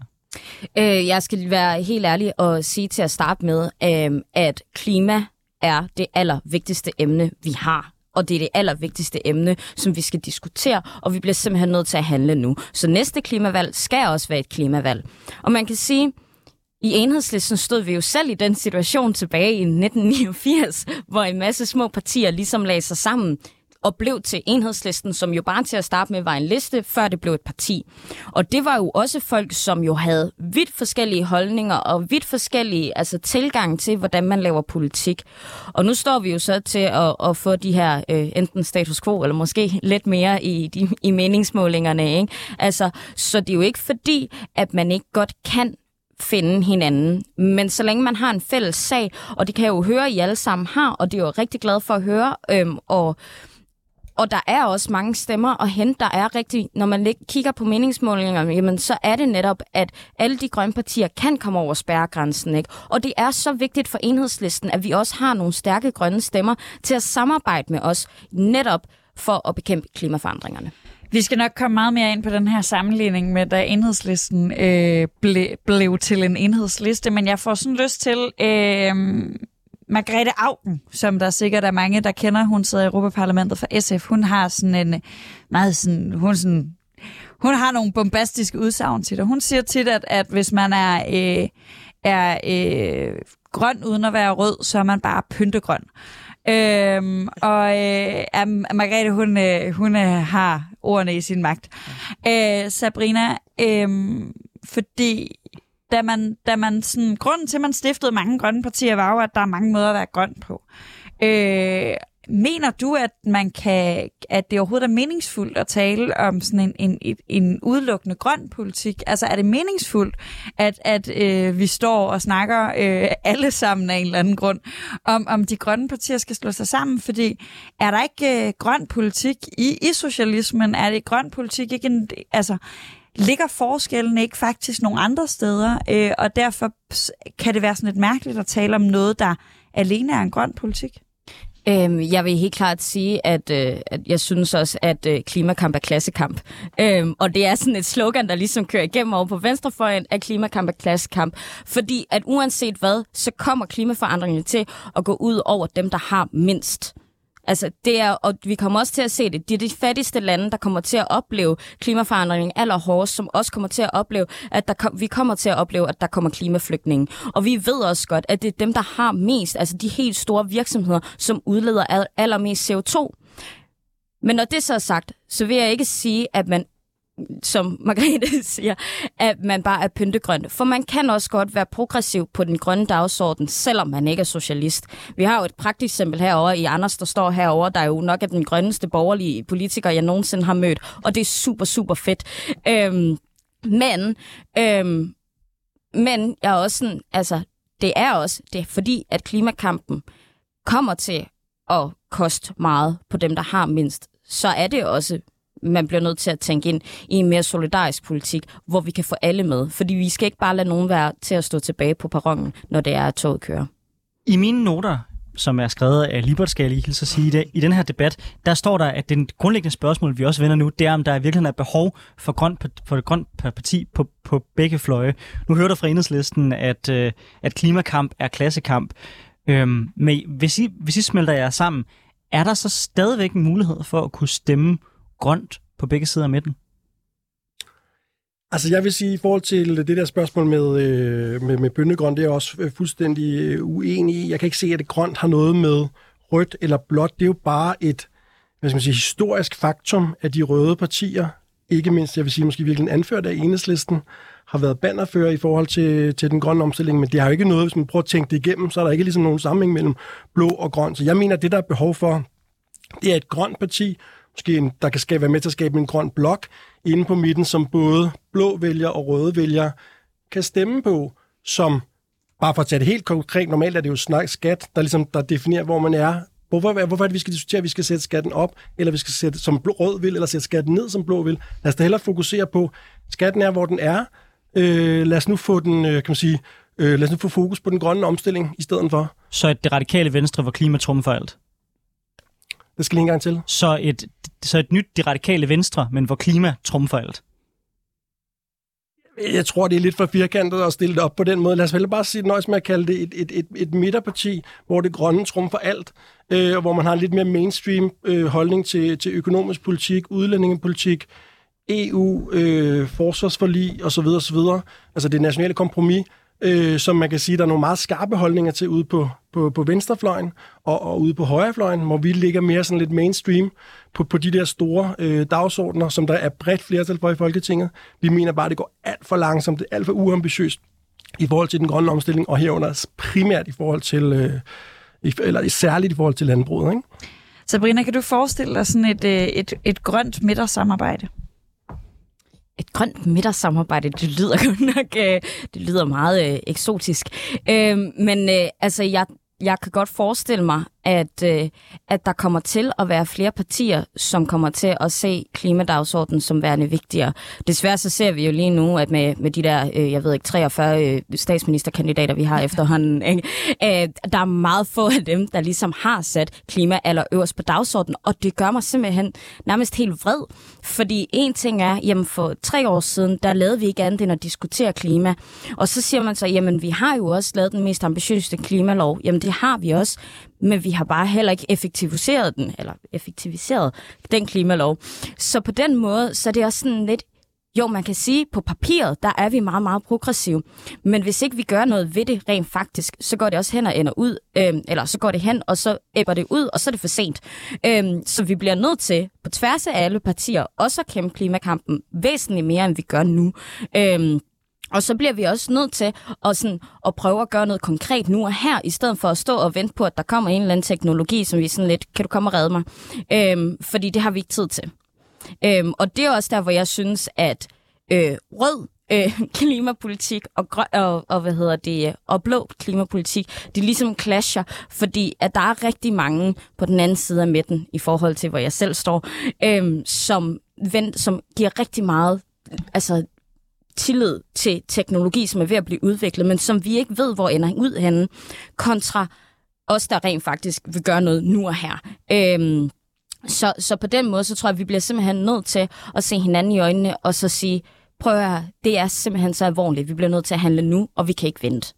Øh, jeg skal være helt ærlig og sige til at starte med, øh, at klima er det allervigtigste emne, vi har. Og det er det allervigtigste emne, som vi skal diskutere, og vi bliver simpelthen nødt til at handle nu. Så næste klimavalg skal også være et klimavalg. Og man kan sige, i Enhedslisten stod vi jo selv i den situation tilbage i nitten niogfirs, hvor en masse små partier ligesom lagde sig sammen og blev til Enhedslisten, som jo bare til at starte med var en liste, før det blev et parti. Og det var jo også folk, som jo havde vidt forskellige holdninger og vidt forskellige altså, tilgang til, hvordan man laver politik. Og nu står vi jo så til at, at få de her øh, enten status quo, eller måske lidt mere i, de, i meningsmålingerne. Ikke? Altså, så det er jo ikke fordi, at man ikke godt kan finde hinanden. Men så længe man har en fælles sag, og det kan jeg jo høre, I alle sammen har, og det er jo rigtig glad for at høre, øhm, og Og der er også mange stemmer at hente, der er rigtig, når man kigger på meningsmålingerne, jamen så er det netop, at alle de grønne partier kan komme over spærregrænsen, ikke? Og det er så vigtigt for Enhedslisten, at vi også har nogle stærke grønne stemmer til at samarbejde med os, netop for at bekæmpe klimaforandringerne. Vi skal nok komme meget mere ind på den her sammenligning med, da Enhedslisten øh, ble, blev til en enhedsliste, men jeg får sådan lyst til Øh, Margrethe Auken, som der sikkert er mange, der kender, hun sidder i Europaparlamentet for S F. Hun har sådan en meget sådan, hun sådan, hun har nogle bombastiske udsagn til det. Hun siger tit, at, at hvis man er, øh, er øh, grøn uden at være rød, så er man bare pyntegrøn. Øhm, og øh, Margrethe, hun, øh, hun øh, har ordene i sin magt. Øh, Sabrina, øh, fordi Da man, da man sådan, grunden til, at man stiftede mange grønne partier, var jo, at der er mange måder at være grøn på. Øh, mener du, at man kan, at det overhovedet er meningsfuldt at tale om sådan en, en, en, en udelukkende grøn politik? Altså, er det meningsfuldt, at, at øh, vi står og snakker øh, alle sammen af en eller anden grund, om, om de grønne partier skal slå sig sammen? Fordi er der ikke øh, grøn politik i, i socialismen? Er det grøn politik ikke en... Altså, ligger forskellen ikke faktisk nogle andre steder, øh, og derfor kan det være sådan lidt mærkeligt at tale om noget, der alene er en grøn politik? Øhm, jeg vil helt klart sige, at, øh, at jeg synes også, at øh, klimakamp er klassekamp. Øhm, og det er sådan et slogan, der ligesom kører igennem over på venstrefløjen, at klimakamp er klassekamp. Fordi at uanset hvad, så kommer klimaforandringerne til at gå ud over dem, der har mindst. Altså, det er, og vi kommer også til at se det. Det er de fattigste lande, der kommer til at opleve klimaforandringen allerhårdest, som også kommer til at opleve, at der kom, vi kommer til at opleve, at der kommer klimaflygtninge. Og vi ved også godt, at det er dem, der har mest, altså de helt store virksomheder, som udleder allermest C O to. Men når det så er sagt, så vil jeg ikke sige, at man, som Margrethe siger, at man bare er pyntegrøn. For man kan også godt være progressiv på den grønne dagsorden, selvom man ikke er socialist. Vi har jo et praktisk eksempel herovre i Anders, der står herovre, der er jo nok er den grønneste borgerlige politiker, jeg nogensinde har mødt. Og det er super, super fedt. Øhm, men, øhm, men jeg er også sådan, altså, det er også det er fordi, at klimakampen kommer til at koste meget på dem, der har mindst. Så er det også man bliver nødt til at tænke ind i en mere solidarisk politik, hvor vi kan få alle med. Fordi vi skal ikke bare lade nogen være til at stå tilbage på perronen, når det er, at toget kører. I mine noter, som er skrevet af Libert, skal jeg lige hilse at sige det, i den her debat, der står der, at den grundlæggende spørgsmål, vi også vender nu, det er, om der virkelig er behov for, grøn, for et grønt parti på, på begge fløje. Nu hører du fra Enhedslisten, at, at klimakamp er klassekamp. Øhm, men hvis I, hvis I smelter jer sammen, er der så stadigvæk en mulighed for at kunne stemme grønt på begge sider af midten? Altså jeg vil sige, i forhold til det der spørgsmål med, øh, med, med bønnegrøn, det er jeg også fuldstændig øh, uenig i. Jeg kan ikke se, at det grønt har noget med rødt eller blåt. Det er jo bare et hvad skal man sige, historisk faktum, at de røde partier, ikke mindst, jeg vil sige, måske virkelig anført af Enhedslisten, har været bannerfører i forhold til, til den grønne omstilling, men det har jo ikke noget, hvis man prøver at tænke det igennem, så er der ikke ligesom nogen sammenhæng mellem blå og grøn. Så jeg mener, at det, der er behov for, det er et grønt parti, måske en, der kan skabe, være med til at skabe en grøn blok inde på midten, som både blå vælgere og røde vælgere kan stemme på, som, bare for at tage det helt konkret, normalt er det jo snak skat, der, ligesom, der definerer, hvor man er. Hvorfor, hvorfor er det, vi skal diskutere, at vi skal sætte skatten op, eller vi skal sætte som blå, rød vil, eller sætte skatten ned, som blå vil? Lad os da hellere fokusere på, skatten er, hvor den er. Øh, lad os nu få den, kan man sige, øh, lad os nu få fokus på den grønne omstilling i stedet for. Så et det radikale venstre, hvor klima trumfer alt? Det skal lige en gang til. Så et, så et nyt det radikale venstre, men hvor klima trumfer alt? Jeg tror, det er lidt for firkantet at stille det op på den måde. Lad os vel bare sige, nøjes med at kalde det et, et, et, et midterparti, hvor det grønne trumfer alt, øh, og hvor man har en lidt mere mainstream øh, holdning til, til økonomisk politik, udlændingepolitik, E U, øh, forsvarsforlig osv. osv. Altså det nationale kompromis, øh, som man kan sige, der er nogle meget skarpe holdninger til ude på, på, på venstrefløjen og, og ude på højrefløjen, hvor vi ligger mere sådan lidt mainstream på, på de der store øh, dagsordner, som der er bredt flertal for i Folketinget. Vi mener bare, at det går alt for langsomt, det er alt for uambitiøst i forhold til den grønne omstilling, og herunder primært i forhold til, øh, i, eller særligt i forhold til landbruget. Ikke? Sabrina, kan du forestille dig sådan et, et, et grønt midtersamarbejde? Et grønt midtersamarbejde, det lyder godt nok, øh, det lyder meget øh, eksotisk. Øh, men øh, altså, jeg, jeg kan godt forestille mig, at, øh, at der kommer til at være flere partier, som kommer til at se klimadagsordenen som værende vigtigere. Desværre så ser vi jo lige nu, at med, med de der, øh, jeg ved ikke, treogfyrre øh, statsministerkandidater, vi har efterhånden, ikke? Øh, der er meget få af dem, der ligesom har sat klima allerøverst på dagsordenen, og det gør mig simpelthen nærmest helt vred. Fordi en ting er, jamen for tre år siden, der lavede vi ikke andet end at diskutere klima. Og så siger man så, jamen vi har jo også lavet den mest ambitiøse klimalov. Jamen det har vi også. Men vi har bare heller ikke effektiviseret den, eller effektiviseret den klimalov. Så på den måde, så er det også sådan lidt, jo, man kan sige, på papiret, der er vi meget, meget progressive. Men hvis ikke vi gør noget ved det rent faktisk, så går det også hen og ender ud, øh, eller så går det hen, og så æbber det ud, og så er det for sent. Øh, så vi bliver nødt til, på tværs af alle partier, også at kæmpe klimakampen væsentligt mere, end vi gør nu. Øh, Og så bliver vi også nødt til at, sådan, at prøve at gøre noget konkret nu og her, i stedet for at stå og vente på, at der kommer en eller anden teknologi, som vi sådan lidt, kan du komme og redde mig? Øhm, fordi det har vi ikke tid til. Øhm, og det er også der, hvor jeg synes, at øh, rød øh, klimapolitik og, grøn, og, og, hvad hedder det, og blå klimapolitik, de ligesom clasher, fordi at der er rigtig mange på den anden side af midten, i forhold til, hvor jeg selv står, øh, som, vent, som giver rigtig meget, altså tillid til teknologi, som er ved at blive udviklet, men som vi ikke ved, hvor ender ud henne, kontra os, der rent faktisk vil gøre noget nu og her. Øhm, så, så på den måde, så tror jeg, at vi bliver simpelthen nødt til at se hinanden i øjnene, og så sige, prøv at høre, det er simpelthen så alvorligt. Vi bliver nødt til at handle nu, og vi kan ikke vente.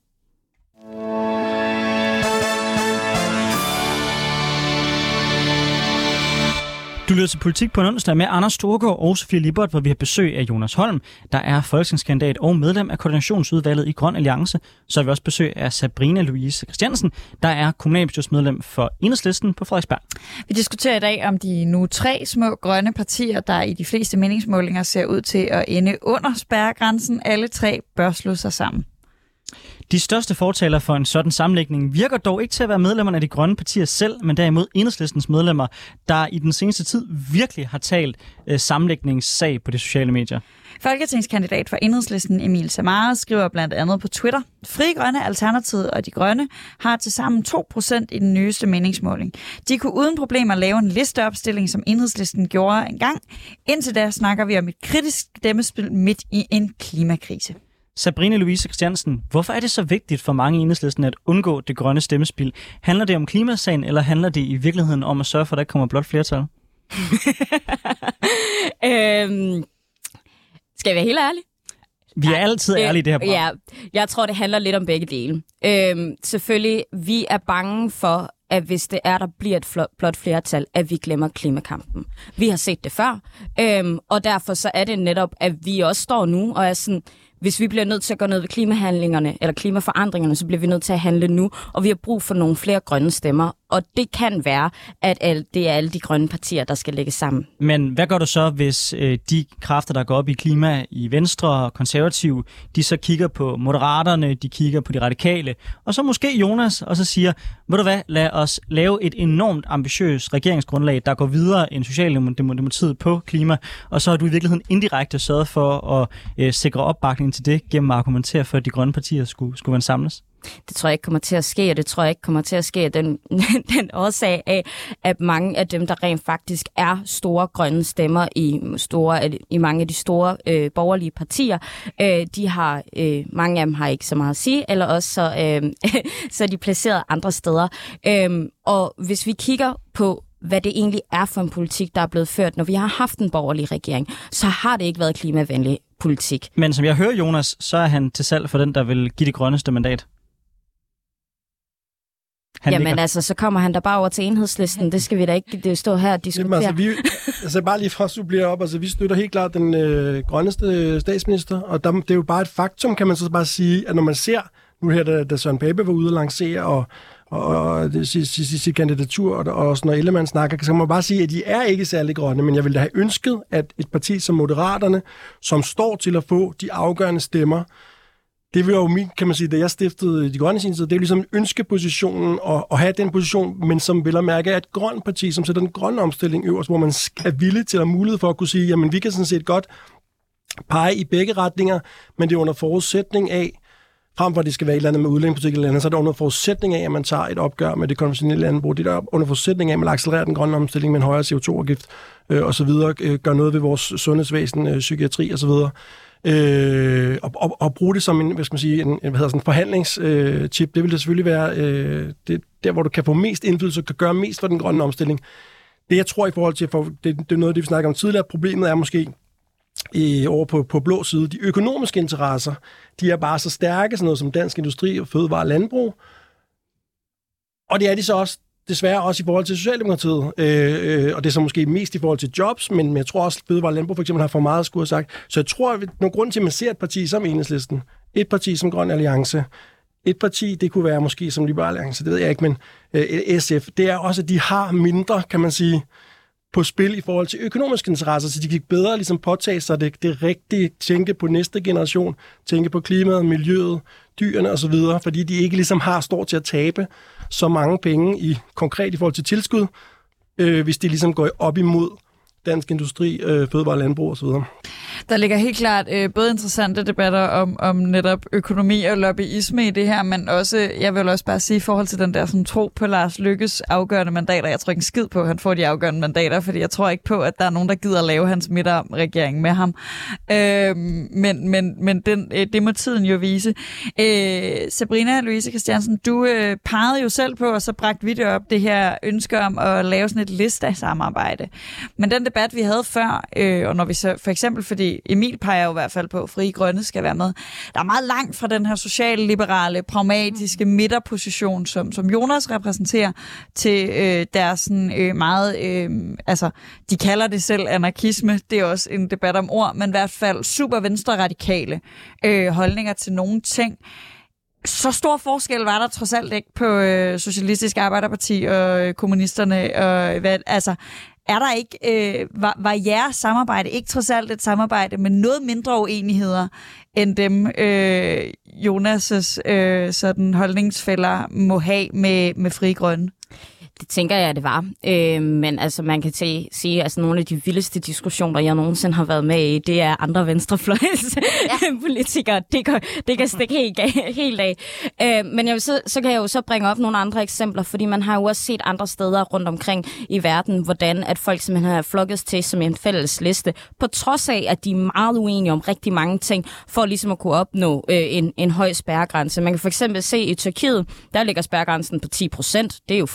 Du lytter til Politik på en onsdag med Anders Storgård og Sofie Lippert, hvor vi har besøg af Jonas Holm, der er folketingskandidat og medlem af koordinationsudvalget i Grøn Alliance. Så har vi også besøg af Sabrina Louise Christiansen, der er kommunalbestyrelsesmedlem for Enhedslisten på Frederiksberg. Vi diskuterer i dag om de nu tre små grønne partier, der i de fleste meningsmålinger ser ud til at ende under spærregrænsen. Alle tre bør slå sig sammen. De største fortalere for en sådan sammenlægning virker dog ikke til at være medlemmerne af de grønne partier selv, men derimod Enhedslistens medlemmer, der i den seneste tid virkelig har talt øh, sammenlægningssag på de sociale medier. Folketingskandidat for Enhedslisten Emil Samara skriver blandt andet på Twitter: Frie Grønne, Alternativet og de Grønne har tilsammen to procent i den nyeste meningsmåling. De kunne uden problemer lave en listeopstilling, som Enhedslisten gjorde engang. Indtil da snakker vi om et kritisk stemmespil midt i en klimakrise. Sabrina Louise Christiansen, hvorfor er det så vigtigt for mange i Enhedslisten at undgå det grønne stemmespil? Handler det om klimasagen, eller handler det i virkeligheden om at sørge for, at der ikke kommer blot flertal? øhm, skal jeg være helt ærlig? Vi er altid ærlige i det her program. Ja, jeg tror, det handler lidt om begge dele. Øhm, selvfølgelig, vi er bange for, at hvis det er, der bliver et blot flertal, at vi glemmer klimakampen. Vi har set det før, øhm, og derfor så er det netop, at vi også står nu og er sådan, hvis vi bliver nødt til at gå ned ved klimahandlingerne, eller klimaforandringerne, så bliver vi nødt til at handle nu, og vi har brug for nogle flere grønne stemmer. Og det kan være, at det er alle de grønne partier, der skal lægge sammen. Men hvad gør du så, hvis øh, de kræfter, der går op i klima i Venstre og Konservative, de så kigger på Moderaterne, de kigger på de radikale, og så måske Jonas, og så siger, ved du hvad, lad os lave et enormt ambitiøst regeringsgrundlag, der går videre end Socialdemokratiet på klima, og så har du i virkeligheden indirekte sørget for at øh, sikre opbakning til det, gennem at argumentere for, at de grønne partier skulle, skulle være samles. Det tror jeg ikke kommer til at ske, og det tror jeg ikke kommer til at ske af den, den årsag af, at mange af dem, der rent faktisk er store grønne stemmer i, store, i mange af de store øh, borgerlige partier, øh, de har, øh, mange af dem har ikke så meget at sige, eller også så, øh, så er de placeret andre steder. Øh, og hvis vi kigger på, hvad det egentlig er for en politik, der er blevet ført, når vi har haft en borgerlig regering, så har det ikke været klimavenlig politik. Men som jeg hører Jonas, så er han til salg for den, der vil give det grønneste mandat. Han Jamen ligger. altså, så kommer han der bare over til enhedslisten. Det skal vi da ikke det stå her og diskutere. Jamen, altså, vi, altså bare lige fra at supplere op, altså vi støtter helt klart den øh, grønneste statsminister, og der, det er jo bare et faktum, kan man så bare sige, at når man ser, nu her, da, da Søren Pape var ude og lancere, og, og, og sit, sit, sit kandidatur, og, og også når Ellemann snakker, så kan man bare sige, at de er ikke særlig grønne, men jeg ville da have ønsket, at et parti som Moderaterne, som står til at få de afgørende stemmer, det var jo min, kan man sige, da jeg stiftede De Grønne i sin tid, det er ligesom ønskepositionen at, at have den position, men som vil at mærke er et grønt parti, som sætter den grønne omstilling øverst, hvor man er villig til at have mulighed for at kunne sige, jamen vi kan sådan set godt pege i begge retninger, men det er under forudsætning af, frem for at det skal være et eller andet med udlændingepolitik eller andet, så er det under forudsætning af, at man tager et opgør med det konventionelle landbrug. Det er der under forudsætning af, at man accelererer den grønne omstilling med en højere C O to afgift øh, og så videre, øh, gør noget ved vores sundhedsvæsen, øh, psykiatri og så videre. Øh, og, og, og bruge det som en, hvad skal man sige, en, hvad hedder sådan en forhandlingschip, øh, det vil det selvfølgelig være øh, det, der, hvor du kan få mest indflydelse og kan gøre mest for den grønne omstilling. Det, jeg tror i forhold til, for det, det er noget af det, vi snakker om tidligere, problemet er måske i, over på, på blå side, de økonomiske interesser, de er bare så stærke, sådan noget som Dansk Industri og Fødevare og Landbrug, og det er de så også desværre også i forhold til Socialdemokratiet, øh, øh, og det er så måske mest i forhold til jobs, men, men jeg tror også, at Fødevare og Landbrug for eksempel har for meget at skulle have sagt. Så jeg tror, at nogle grund til, at man ser et parti som Enhedslisten, et parti som Grøn Alliance, et parti, det kunne være måske som Liberal Alliance, det ved jeg ikke, men øh, S F, det er også, at de har mindre, kan man sige, på spil i forhold til økonomiske interesser, så de kan bedre ligesom påtage sig det, det rigtige, tænke på næste generation, tænke på klimaet, miljøet, dyrene osv., fordi de ikke ligesom har står til at tabe så mange penge i konkret i forhold til tilskud, øh, hvis de ligesom går op imod Dansk Industri, øh, Fødevare og Landbrug osv. Der ligger helt klart øh, både interessante debatter om, om netop økonomi og lobbyisme i det her, men også, jeg vil også bare sige, i forhold til den der sådan, tro på Lars Løkkes afgørende mandater. Jeg tror ikke en skid på, at han får de afgørende mandater, fordi jeg tror ikke på, at der er nogen, der gider at lave hans midterregering med ham. Øh, men men, men den, øh, det må tiden jo vise. Øh, Sabrina Louise Christiansen, du øh, pegede jo selv på, og så bragte vi det op, det her ønske om at lave sådan et liste af samarbejde. Men den debat, vi havde før, øh, og når vi så for eksempel, fordi Emil peger jo i hvert fald på, at Frie Grønne skal være med. Der er meget langt fra den her socialliberale, pragmatiske midterposition, som, som Jonas repræsenterer, til øh, deres sådan, øh, meget, øh, altså, de kalder det selv anarkisme, det er også en debat om ord, men i hvert fald super venstre-radikale øh, holdninger til nogle ting. Så stor forskel var der trods alt ikke på øh, Socialistisk Arbejderparti og øh, kommunisterne. Og, hvad, altså, er der ikke, øh, var, var jeres samarbejde ikke trods alt et samarbejde med noget mindre uenigheder end dem øh, Jonas' øh, sådan holdningsfælder må have med, med Frie Grønne? Det tænker jeg, det var. Øh, men altså, man kan se, sige, at altså, nogle af de vildeste diskussioner, jeg nogensinde har været med i, det er andre venstrefløjs ja. politikere. Det kan, det kan stikke helt, helt af. Øh, men jeg vil så, så kan jeg jo så bringe op nogle andre eksempler, fordi man har jo også set andre steder rundt omkring i verden, hvordan at folk simpelthen har flokket til som en fælles liste, på trods af, at de er meget uenige om rigtig mange ting, for ligesom at kunne opnå øh, en, en høj spærregrænse. Man kan for eksempel se i Tyrkiet, der ligger spærregrænsen på ti procent. Det er jo fuldstændig vanvittigt.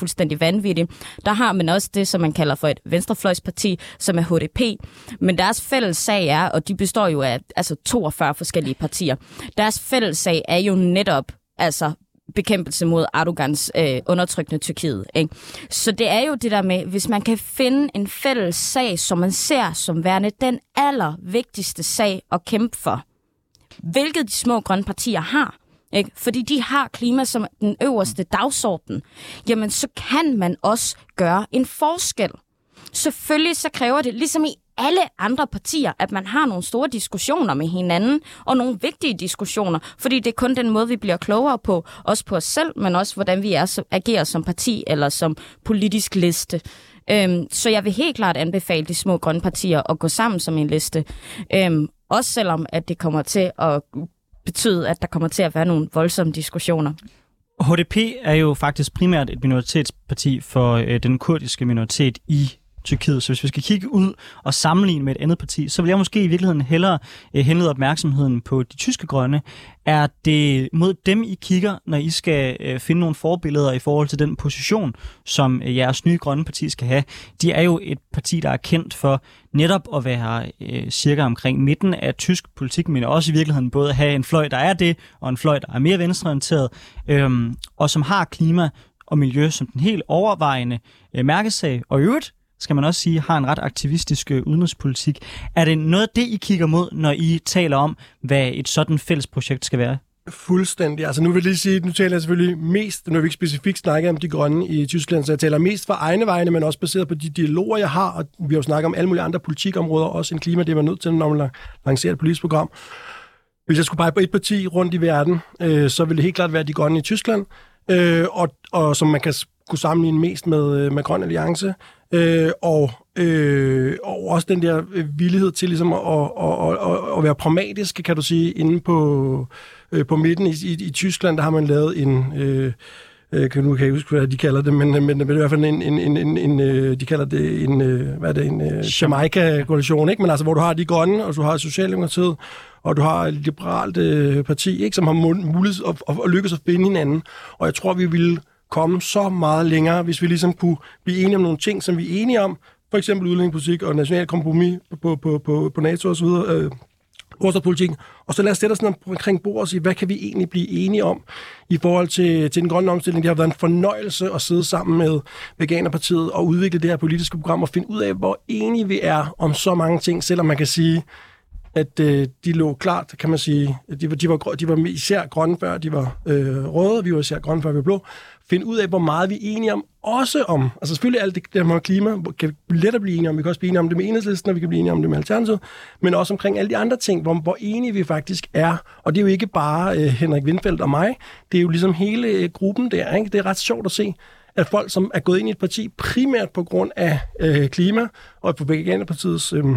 vanvittig. Der har man også det, som man kalder for et venstrefløjsparti, som er H D P. Men deres fælles sag er, og de består jo af altså toogfyrre forskellige partier, deres fælles sag er jo netop altså bekæmpelse mod Erdogans øh, undertrykkende Tyrkiet. Ikke? Så det er jo det der med, hvis man kan finde en fælles sag, som man ser som værende den allervigtigste sag at kæmpe for, hvilket de små grønne partier har, ikke? Fordi de har klima som den øverste dagsorden, jamen så kan man også gøre en forskel. Selvfølgelig så kræver det, ligesom i alle andre partier, at man har nogle store diskussioner med hinanden, og nogle vigtige diskussioner, fordi det er kun den måde, vi bliver klogere på, også på os selv, men også hvordan vi er, agerer som parti eller som politisk liste. Øhm, så jeg vil helt klart anbefale de små grønne partier at gå sammen som en liste, øhm, også selvom at det kommer til at betyde, at der kommer til at være nogle voldsomme diskussioner. H D P er jo faktisk primært et minoritetsparti for øh, den kurdiske minoritet i Tyrkiet. Så hvis vi skal kigge ud og sammenligne med et andet parti, så vil jeg måske i virkeligheden hellere øh, henlede opmærksomheden på de tyske grønne. Er det mod dem, I kigger, når I skal øh, finde nogle forbilleder i forhold til den position, som øh, jeres nye grønne parti skal have? De er jo et parti, der er kendt for netop at være øh, cirka omkring midten af tysk politik, men også i virkeligheden både at have en fløj, der er det, og en fløj, der er mere venstreorienteret, øh, og som har klima og miljø som den helt overvejende øh, mærkesag. Og i øvrigt skal man også sige, har en ret aktivistisk øh, udenrigspolitik. Er det noget af det, I kigger mod, når I taler om, hvad et sådan fælles projekt skal være? Fuldstændig. Altså nu vil jeg lige sige, nu taler jeg selvfølgelig mest, når vi ikke specifikt snakker om de grønne i Tyskland, så jeg taler mest for egne vegne, men også baseret på de dialoger, jeg har, og vi har jo snakket om alle mulige andre politikområder, også en klima, det er man nødt til, når man lancerer et politisk program. Hvis jeg skulle pege på et parti rundt i verden, øh, så ville det helt klart være de grønne i Tyskland, øh, og, og som man kan kunne sammenligne mest med, med Grøn Alliance, øh, og, øh, og også den der villighed til ligesom at, at, at, at være pragmatisk, kan du sige, inde på, øh, på midten i, i, i Tyskland, der har man lavet en, øh, øh, kan nu kan jeg huske, hvad de kalder det, men, men, men i hvert fald en, en, en, en, en de kalder det en, hvad er det, en Jamaica-koalition, ikke? Men altså, hvor du har de grønne, og du har Socialdemokratiet, og du har et liberalt øh, parti, ikke, som har mulighed at, at, at lykkes at finde hinanden. Og jeg tror, vi ville komme så meget længere, hvis vi ligesom kunne blive enige om nogle ting, som vi er enige om. For eksempel udlændingepolitik og national kompromis på, på, på, på NATO og så videre. Øh, Forsvarspolitikken. Og så lad os sætte os sådan omkring bordet og sige, hvad kan vi egentlig blive enige om i forhold til, til den grønne omstilling. Det har været en fornøjelse at sidde sammen med Veganerpartiet og udvikle det her politiske program og finde ud af, hvor enige vi er om så mange ting, selvom man kan sige, at øh, de lå klart, kan man sige, de var, de var, de var især grønne før, de var øh, røde, vi var især grønne før, vi var blå. Finde ud af, hvor meget vi er enige om, også om, altså selvfølgelig alt det der med klima, kan vi let at blive enige om, vi kan også blive enige om det med Enhedslisten, og vi kan blive enige om det med Alternativet, men også omkring alle de andre ting, hvor, hvor enige vi faktisk er. Og det er jo ikke bare øh, Henrik Windfeldt og mig, det er jo ligesom hele øh, gruppen der, ikke? Det er ret sjovt at se, at folk, som er gået ind i et parti primært på grund af øh, klima, og på Veganerpartiets øh,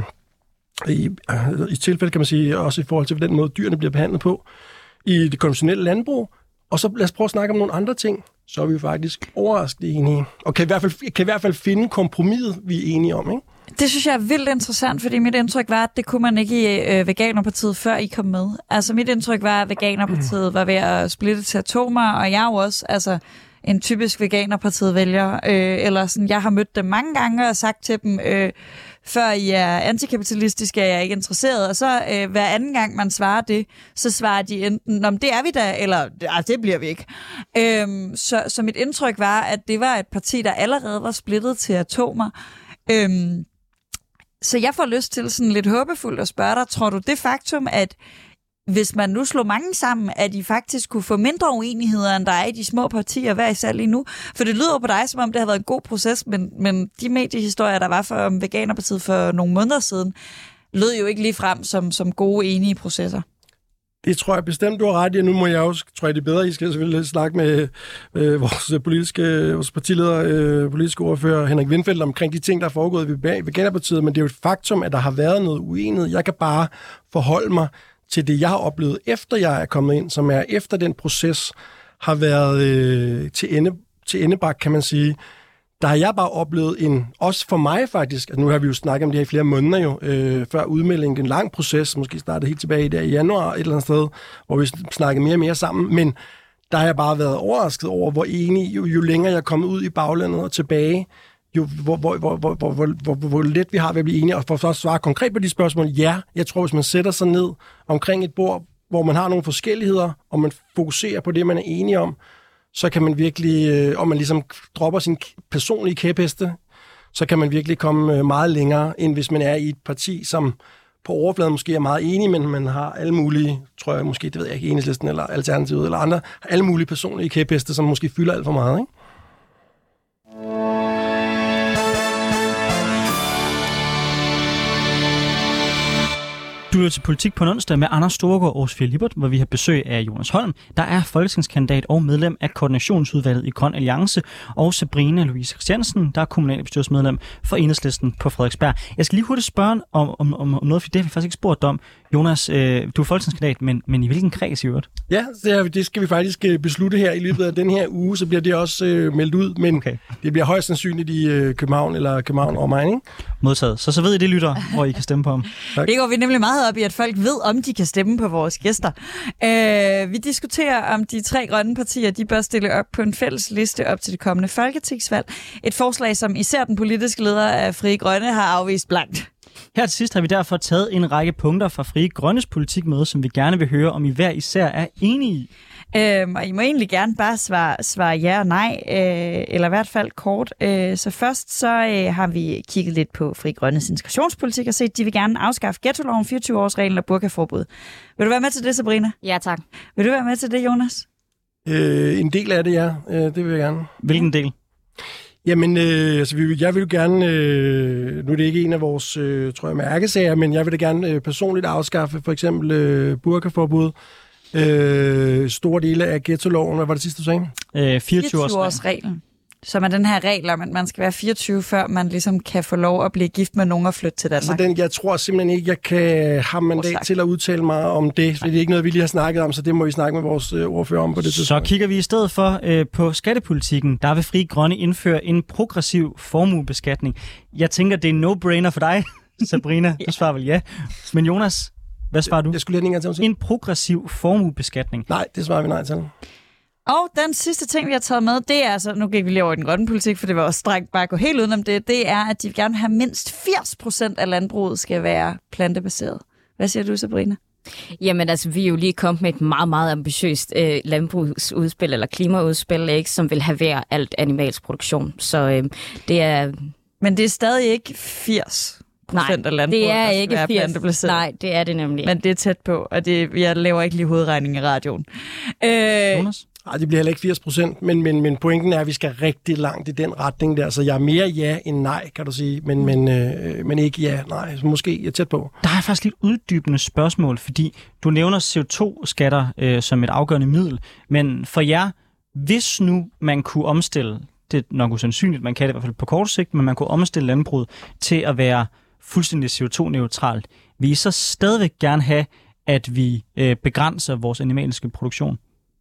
I, i tilfælde kan man sige, også i forhold til, hvordan måde dyrene bliver behandlet på i det konventionelle landbrug. Og så lad os prøve at snakke om nogle andre ting, så er vi faktisk overraskende enige. Og kan i hvert fald, kan i hvert fald finde kompromiset, vi er enige om, ikke? Det synes jeg er vildt interessant, fordi mit indtryk var, at det kunne man ikke i øh, Veganerpartiet, før I kom med. Altså mit indtryk var, at Veganerpartiet var ved at splitte til atomer, og jeg er jo også altså, en typisk Veganerpartiet-vælger. Øh, eller sådan, jeg har mødt dem mange gange og sagt til dem, øh, før I er antikapitalistiske, er jeg ikke interesseret. Og så øh, hver anden gang, man svarer det, så svarer de enten, nå, det er vi da, eller det bliver vi ikke. Øhm, så, så mit indtryk var, at det var et parti, der allerede var splittet til atomer. Øhm, så jeg får lyst til sådan lidt håbefuldt at spørge dig, tror du det faktum, at hvis man nu slår mange sammen, at de faktisk kunne få mindre uenigheder, end der er i de små partier hver især lige nu? For det lyder på dig, som om det har været en god proces, men, men de mediehistorier, der var for om Veganerpartiet for nogle måneder siden, lød jo ikke lige frem som, som gode, enige processer. Det tror jeg bestemt, du har ret i, og nu må jeg også, tror jeg det er bedre, I skal selvfølgelig snakke med øh, vores, politiske, vores partileder, øh, politiske ordfører Henrik Windfeldt omkring de ting, der er foregået ved Veganerpartiet, men det er jo et faktum, at der har været noget uenighed. Jeg kan bare forholde mig til det, jeg har oplevet, efter jeg er kommet ind, som er efter den proces, har været øh, til, ende, til endebak, kan man sige. Der har jeg bare oplevet en, også for mig faktisk, altså nu har vi jo snakket om det her i flere måneder jo, øh, før udmeldingen, en lang proces, måske startede helt tilbage i, der i januar et eller andet sted, hvor vi snakkede mere og mere sammen, men der har jeg bare været overrasket over, hvor enig, jo, jo længere jeg er kommet ud i baglandet og tilbage, jo, hvor, hvor, hvor, hvor, hvor, hvor, hvor, hvor let vi har ved at blive enige. Og for så at svare konkret på de spørgsmål, ja, jeg tror, hvis man sætter sig ned omkring et bord, hvor man har nogle forskelligheder, og man fokuserer på det, man er enige om, så kan man virkelig, øh, og man ligesom dropper sin personlige kæpheste, så kan man virkelig komme meget længere, end hvis man er i et parti, som på overfladen måske er meget enig, men man har alle mulige, tror jeg måske, det ved jeg ikke, Enhedslisten eller Alternativet eller andre, alle mulige personlige kæpheste, som måske fylder alt for meget, ikke? Du lytter til Politik på en onsdag med Anders Storgård og Sofie Lippert, hvor vi har besøg af Jonas Holm, der er folketingskandidat og medlem af koordinationsudvalget i Grøn Alliance, og Sabrina Louise Christiansen, der er kommunalbestyrelsesmedlem for Enhedslisten på Frederiksberg. Jeg skal lige hurtigt spørge om, om, om, om noget, for det har vi faktisk ikke spurgt om. Jonas, øh, du er folketingskandidat, men, men i hvilken kreds i øvrigt? Ja, det, det skal vi faktisk beslutte her i løbet af den her uge, så bliver det også øh, meldt ud, men okay. Det bliver højst sandsynligt i øh, København eller København og mig, ikke? Modtaget. Så så ved I det, lytter, hvor I kan stemme på ham. Tak. Det går vi nemlig meget op i, at folk ved, om de kan stemme på vores gæster. Øh, vi diskuterer, om de tre grønne partier, de bør stille op på en fælles liste op til det kommende folketingsvalg. Et forslag, som især den politiske leder af Frie Grønne har afvist blankt. Her til sidst har vi derfor taget en række punkter fra Frie Grønnes politikmøde, som vi gerne vil høre, om I hver især er enige i. Øhm, og I må egentlig gerne bare svare, svare ja og nej, øh, eller i hvert fald kort. Øh, så først så øh, har vi kigget lidt på Frie Grønnes integrationspolitik og set, at de vil gerne afskaffe ghettoloven, fireogtyve-årsreglen og burkaforbud. Vil du være med til det, Sabrina? Ja, tak. Vil du være med til det, Jonas? Øh, en del af det, ja. Øh, det vil jeg gerne. Hvilken del? Jamen, øh, altså, jeg vil jo gerne, øh, nu er det ikke en af vores, øh, tror jeg, mærkesager, men jeg vil da gerne øh, personligt afskaffe for eksempel øh, burkaforbud, øh, store dele af ghettoloven. Hvad var det sidste, du sagde? Øh, fireogtyve-årsreglen. Som er den her regel om, at man skal være fireogtyve, før man ligesom kan få lov at blive gift med nogen og flytte til Danmark. Altså den, jeg tror simpelthen ikke, jeg kan have mandat til at udtale mig om det. Det er ikke noget, vi lige har snakket om, så det må vi snakke med vores øh, ordfører om på det tidspunkt. Så kigger vi i stedet for øh, på skattepolitikken. Der vil Frie Grønne indføre en progressiv formuebeskatning. Jeg tænker, det er en no-brainer for dig, Sabrina. Du svarer vel ja. Men Jonas, hvad svarer du? Jeg skulle lige en gang til. En progressiv formuebeskatning. Nej, det svarer vi nej til. Og den sidste ting, vi har taget med, det er altså, nu gik vi lige over i den grønne politik, for det var også strengt bare at gå helt udenom det, det er, at de vil gerne have mindst firs procent af landbruget skal være plantebaseret. Hvad siger du, Sabrina? Jamen altså, vi er jo lige kommet med et meget, meget ambitiøst øh, landbrugsudspil, eller klimaudspil, ikke, som vil halvere alt animalsk produktion. Så øh, det er... Men det er stadig ikke firs procent af landbruget, det er der skal ikke være firs. plantebaseret. Nej, det er det nemlig. Men det er tæt på, og det, jeg laver ikke lige hovedregning i radioen. Øh, Jonas? Nej, det bliver heller ikke firs procent, men, men, men pointen er, at vi skal rigtig langt i den retning der. Så jeg er mere ja end nej, kan du sige, men, men, øh, men ikke ja, nej. Så måske jeg er tæt på. Der er faktisk lidt uddybende spørgsmål, fordi du nævner C O to skatter øh, som et afgørende middel, men for jer, hvis nu man kunne omstille, det er nok usandsynligt, man kan det i hvert fald på kort sigt, men man kunne omstille landbruget til at være fuldstændig C O to neutralt, vil I så stadigvæk gerne have, at vi øh, begrænser vores animalske produktion?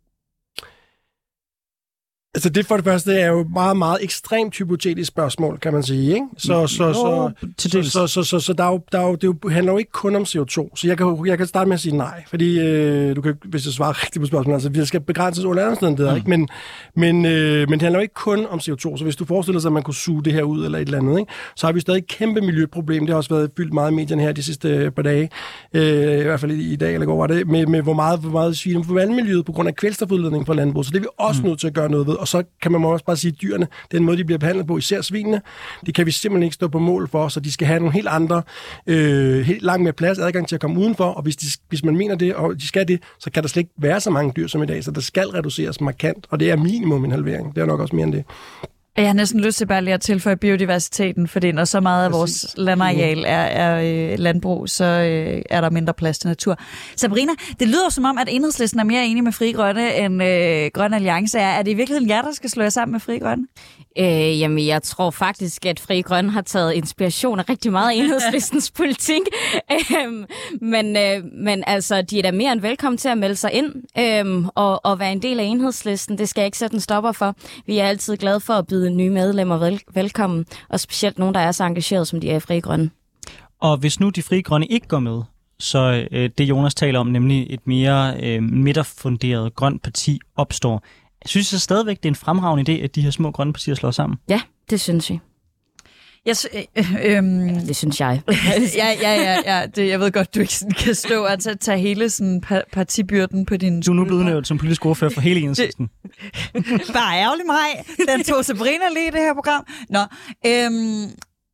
Altså det for det første er jo meget, meget ekstremt hypotetisk spørgsmål, kan man sige, ikke? Så, så, så, så, så, så, så, så der er jo, der er jo, det jo, handler jo ikke kun om C O to, så jeg kan, jeg kan starte med at sige nej, fordi øh, du kan, hvis jeg svarer rigtigt på spørgsmålet, altså det skal begrænses under andre steder, mm. ikke? Men, men, øh, men det handler jo ikke kun om C O to, så hvis du forestiller sig, at man kunne suge det her ud eller et eller andet, ikke? Så har vi stadig et kæmpe miljøproblem, det har også været fyldt meget i medierne her de sidste par dage, øh, i hvert fald i, i dag eller går var det, med, med hvor meget, hvor meget sviner for vandmiljøet på grund af kvælstofudledning fra landbrug, så det er vi også mm. nødt til at gøre noget ved. Og så kan man også bare sige, at dyrene, den måde, de bliver behandlet på, især svinene, det kan vi simpelthen ikke stå på mål for, så de skal have nogle helt andre, øh, helt langt mere plads, adgang til at komme udenfor, og hvis, de, hvis man mener det, og de skal det, så kan der slet ikke være så mange dyr som i dag, så der skal reduceres markant, og det er minimum en halvering. Det er nok også mere end det. Jeg har næsten lyst til bare lige at tilføje biodiversiteten, fordi når så meget af vores landareal er, er øh, landbrug, så øh, er der mindre plads til natur. Sabrina, det lyder som om, at Enhedslisten er mere enig med Frie Grønne end øh, Grøn Alliance er. Er det i virkeligheden jer, der skal slå jer sammen med Frie Grønne? Øh, jamen, jeg tror faktisk, at Frie Grønne har taget inspiration af rigtig meget af Enhedslistens politik. øhm, men, øh, men altså, de er da mere end velkommen til at melde sig ind øhm, og, og være en del af Enhedslisten. Det skal jeg ikke sætte en stopper for. Vi er altid glade for at byde nye medlemmer vel, velkommen, og specielt nogen, der er så engageret, som de er i Frie Grønne. Og hvis nu de Frie Grønne ikke går med, så øh, det Jonas taler om, nemlig et mere øh, midterfunderet grønt parti, opstår. Jeg synes så stadigvæk, det er en fremragende idé, at de her små grønne partier slår sammen. Ja, det synes vi. Jeg, øh, øh, øh, det synes jeg. ja, ja, ja. ja det, jeg ved godt, du ikke sådan kan stå og tage, tage hele sådan partibyrden på din... Du er nu blevet udnævnt som politisk ordfører for hele Enhedslisten. Bare ærgerlig mig. Den tog Sabrina lige i det her program. Nå, øhm,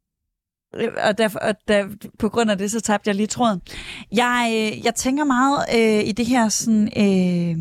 og, derfor, og der, på grund af det, så tabte jeg lige tråden. Jeg, jeg tænker meget øh, i det her sådan, øh,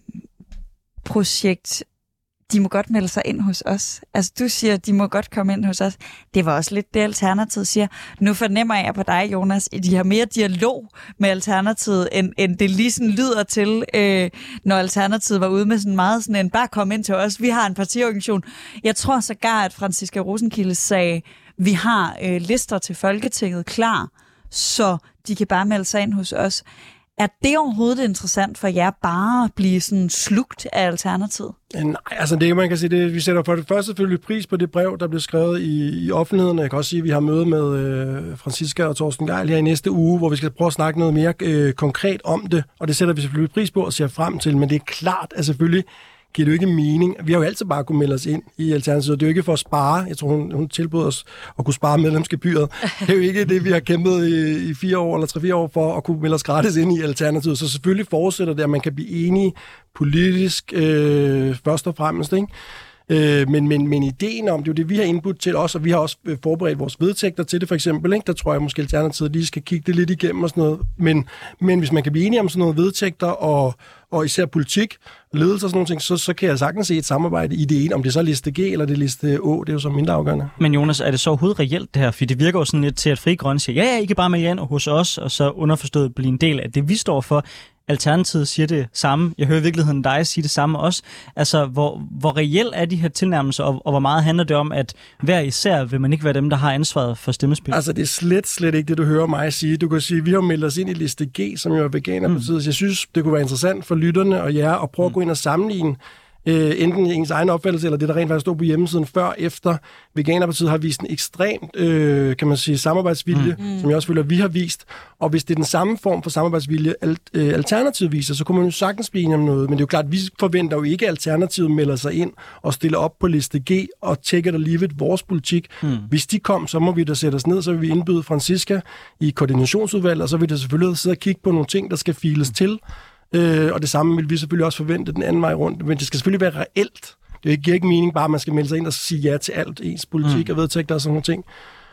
projekt... De må godt melde sig ind hos os. Altså, du siger, de må godt komme ind hos os. Det var også lidt det, Alternativet siger. Nu fornemmer jeg på dig, Jonas, at de har mere dialog med Alternativet, end, end det lige sådan lyder til, øh, når Alternativet var ude med sådan meget sådan en, bare kom ind til os. Vi har en partiorganisation. Jeg tror sågar, at Franciska Rosenkilde sagde, vi har øh, lister til Folketinget klar, så de kan bare melde sig ind hos os. Er det overhovedet interessant for jer bare at blive sådan slugt af Alternativet? Nej, altså det man kan sige, det, vi sætter for det første selvfølgelig pris på det brev, der blev skrevet i, i offentligheden. Jeg kan også sige, at vi har møde med øh, Franciska og Torsten Gejl her i næste uge, hvor vi skal prøve at snakke noget mere øh, konkret om det, og det sætter vi selvfølgelig pris på og ser frem til, men det er klart, at selvfølgelig giver det jo ikke mening. Vi har jo altid bare kunne melde os ind i Alternativet. Det er jo ikke for at spare. Jeg tror, hun, hun tilbød os at kunne spare medlemsgebyret. Det er jo ikke det, vi har kæmpet i, i fire år eller tre-fire år for at kunne melde os gratis ind i Alternativet. Så selvfølgelig forudsætter det, at man kan blive enige politisk øh, først og fremmest, ikke? Øh, men, men, men ideen om, det er jo det, vi har input til os, og vi har også forberedt vores vedtægter til det, for eksempel. Ikke? Der tror jeg måske Alternativet lige skal kigge det lidt igennem og sådan noget. Men, men hvis man kan blive enige om sådan noget vedtægter, og, og især politik, ledelse og sådan nogle ting, så, så kan jeg sagtens se et samarbejde i det ene. Om det så er liste G eller det er liste Å, det er jo så mindre afgørende. Men Jonas, er det så overhovedet reelt det her? For det virker jo sådan lidt til, at Frie Grønne siger, ja, ja, I kan bare med jer ind hos os, og så underforstået blive en del af det, vi står for. Alternativet siger det samme. Jeg hører i virkeligheden dig sige det samme også. Altså, hvor, hvor reelt er de her tilnærmelser, og, og hvor meget handler det om, at hver især vil man ikke være dem, der har ansvaret for stemmespil? Altså, det er slet, slet ikke det, du hører mig sige. Du kan sige, at vi har meldt os ind i liste G, som jo er Veganerpartiet. Mm. Jeg synes, det kunne være interessant for lytterne og jer at prøve at gå ind og sammenligne Øh, enten ens egen opfattelse, eller det, der rent faktisk stod på hjemmesiden før efter. Veganerpartiet har vist en ekstremt, øh, kan man sige, samarbejdsvilje, mm. som jeg også føler, vi har vist. Og hvis det er den samme form for samarbejdsvilje, alt, øh, Alternativet viser, så kunne man jo sagtens blive enige om noget. Men det er jo klart, at vi forventer jo ikke, at Alternativet melder sig ind og stiller op på liste G og tjekker der lige ved vores politik. Mm. Hvis de kom, så må vi da sætte os ned, så vil vi indbyde Franciska i koordinationsudvalget, og så vil det selvfølgelig sidde og kigge på nogle ting, der skal files til. Øh, og det samme vil vi selvfølgelig også forvente den anden vej rundt. Men det skal selvfølgelig være reelt. Det giver ikke mening bare, at man skal melde sig ind og sige ja til alt ens politik mm. og vedtægter og sådan nogle ting.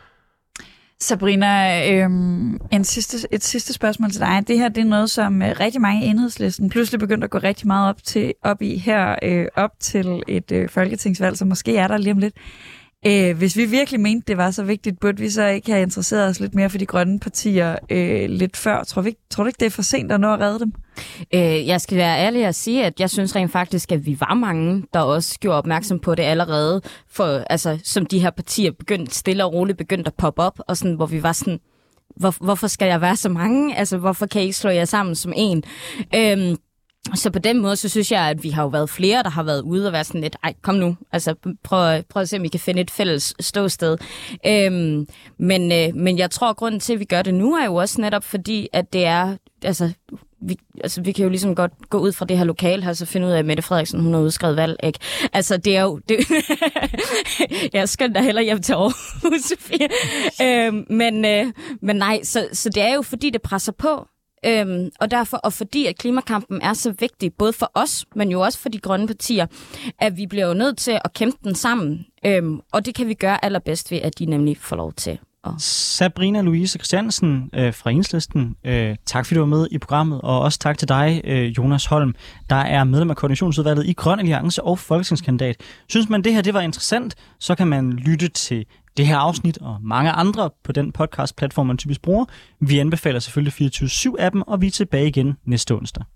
Sabrina, øhm, en sidste, et sidste spørgsmål til dig. Det her det er noget, som rigtig mange i Enhedslisten pludselig begyndte at gå rigtig meget op, til, op i her, øh, op til et øh, folketingsvalg, som måske er der lige om lidt. Øh, hvis vi virkelig mente, det var så vigtigt, burde vi så ikke have interesseret os lidt mere for de grønne partier øh, lidt før? Tror, vi, tror du ikke, det er for sent at nå at redde dem? Øh, jeg skal være ærlig at sige, at jeg synes rent faktisk, at vi var mange, der også gjorde opmærksom på det allerede, for, altså, som de her partier begyndte stille og roligt begyndte at poppe op, og sådan, hvor vi var sådan, hvor, hvorfor skal jeg være så mange? Altså, hvorfor kan I ikke slå jer sammen som en? Øh, Så på den måde, så synes jeg, at vi har jo været flere, der har været ude og været sådan lidt, ej, kom nu, altså prøv, prøv at se, om vi kan finde et fælles ståsted. Øhm, men, øh, men jeg tror, at grunden til, at vi gør det nu, er jo også netop fordi, at det er, altså vi, altså, vi kan jo ligesom godt gå ud fra det her lokale her, så finde ud af, at Mette Frederiksen, hun har udskrevet valg, ikke? Altså, det er jo... Det, jeg skal da hellere hjem til Aarhus, Sofie. øhm, men, øh, men nej, så, så det er jo fordi, det presser på. Øhm, og derfor, og fordi at klimakampen er så vigtig, både for os, men jo også for de grønne partier, at vi bliver jo nødt til at kæmpe den sammen. Øhm, og det kan vi gøre allerbedst ved, at de nemlig får lov til. Sabrina Louise Christiansen øh, fra Enhedslisten, øh, tak fordi du var med i programmet, og også tak til dig, øh, Jonas Holm, der er medlem af koordinationsudvalget i Grøn Alliance og folketingskandidat. Synes man, det her det var interessant, så kan man lytte til det her afsnit og mange andre på den podcast-platform, man typisk bruger. Vi anbefaler selvfølgelig fireogtyve syv-appen, og vi er tilbage igen næste onsdag.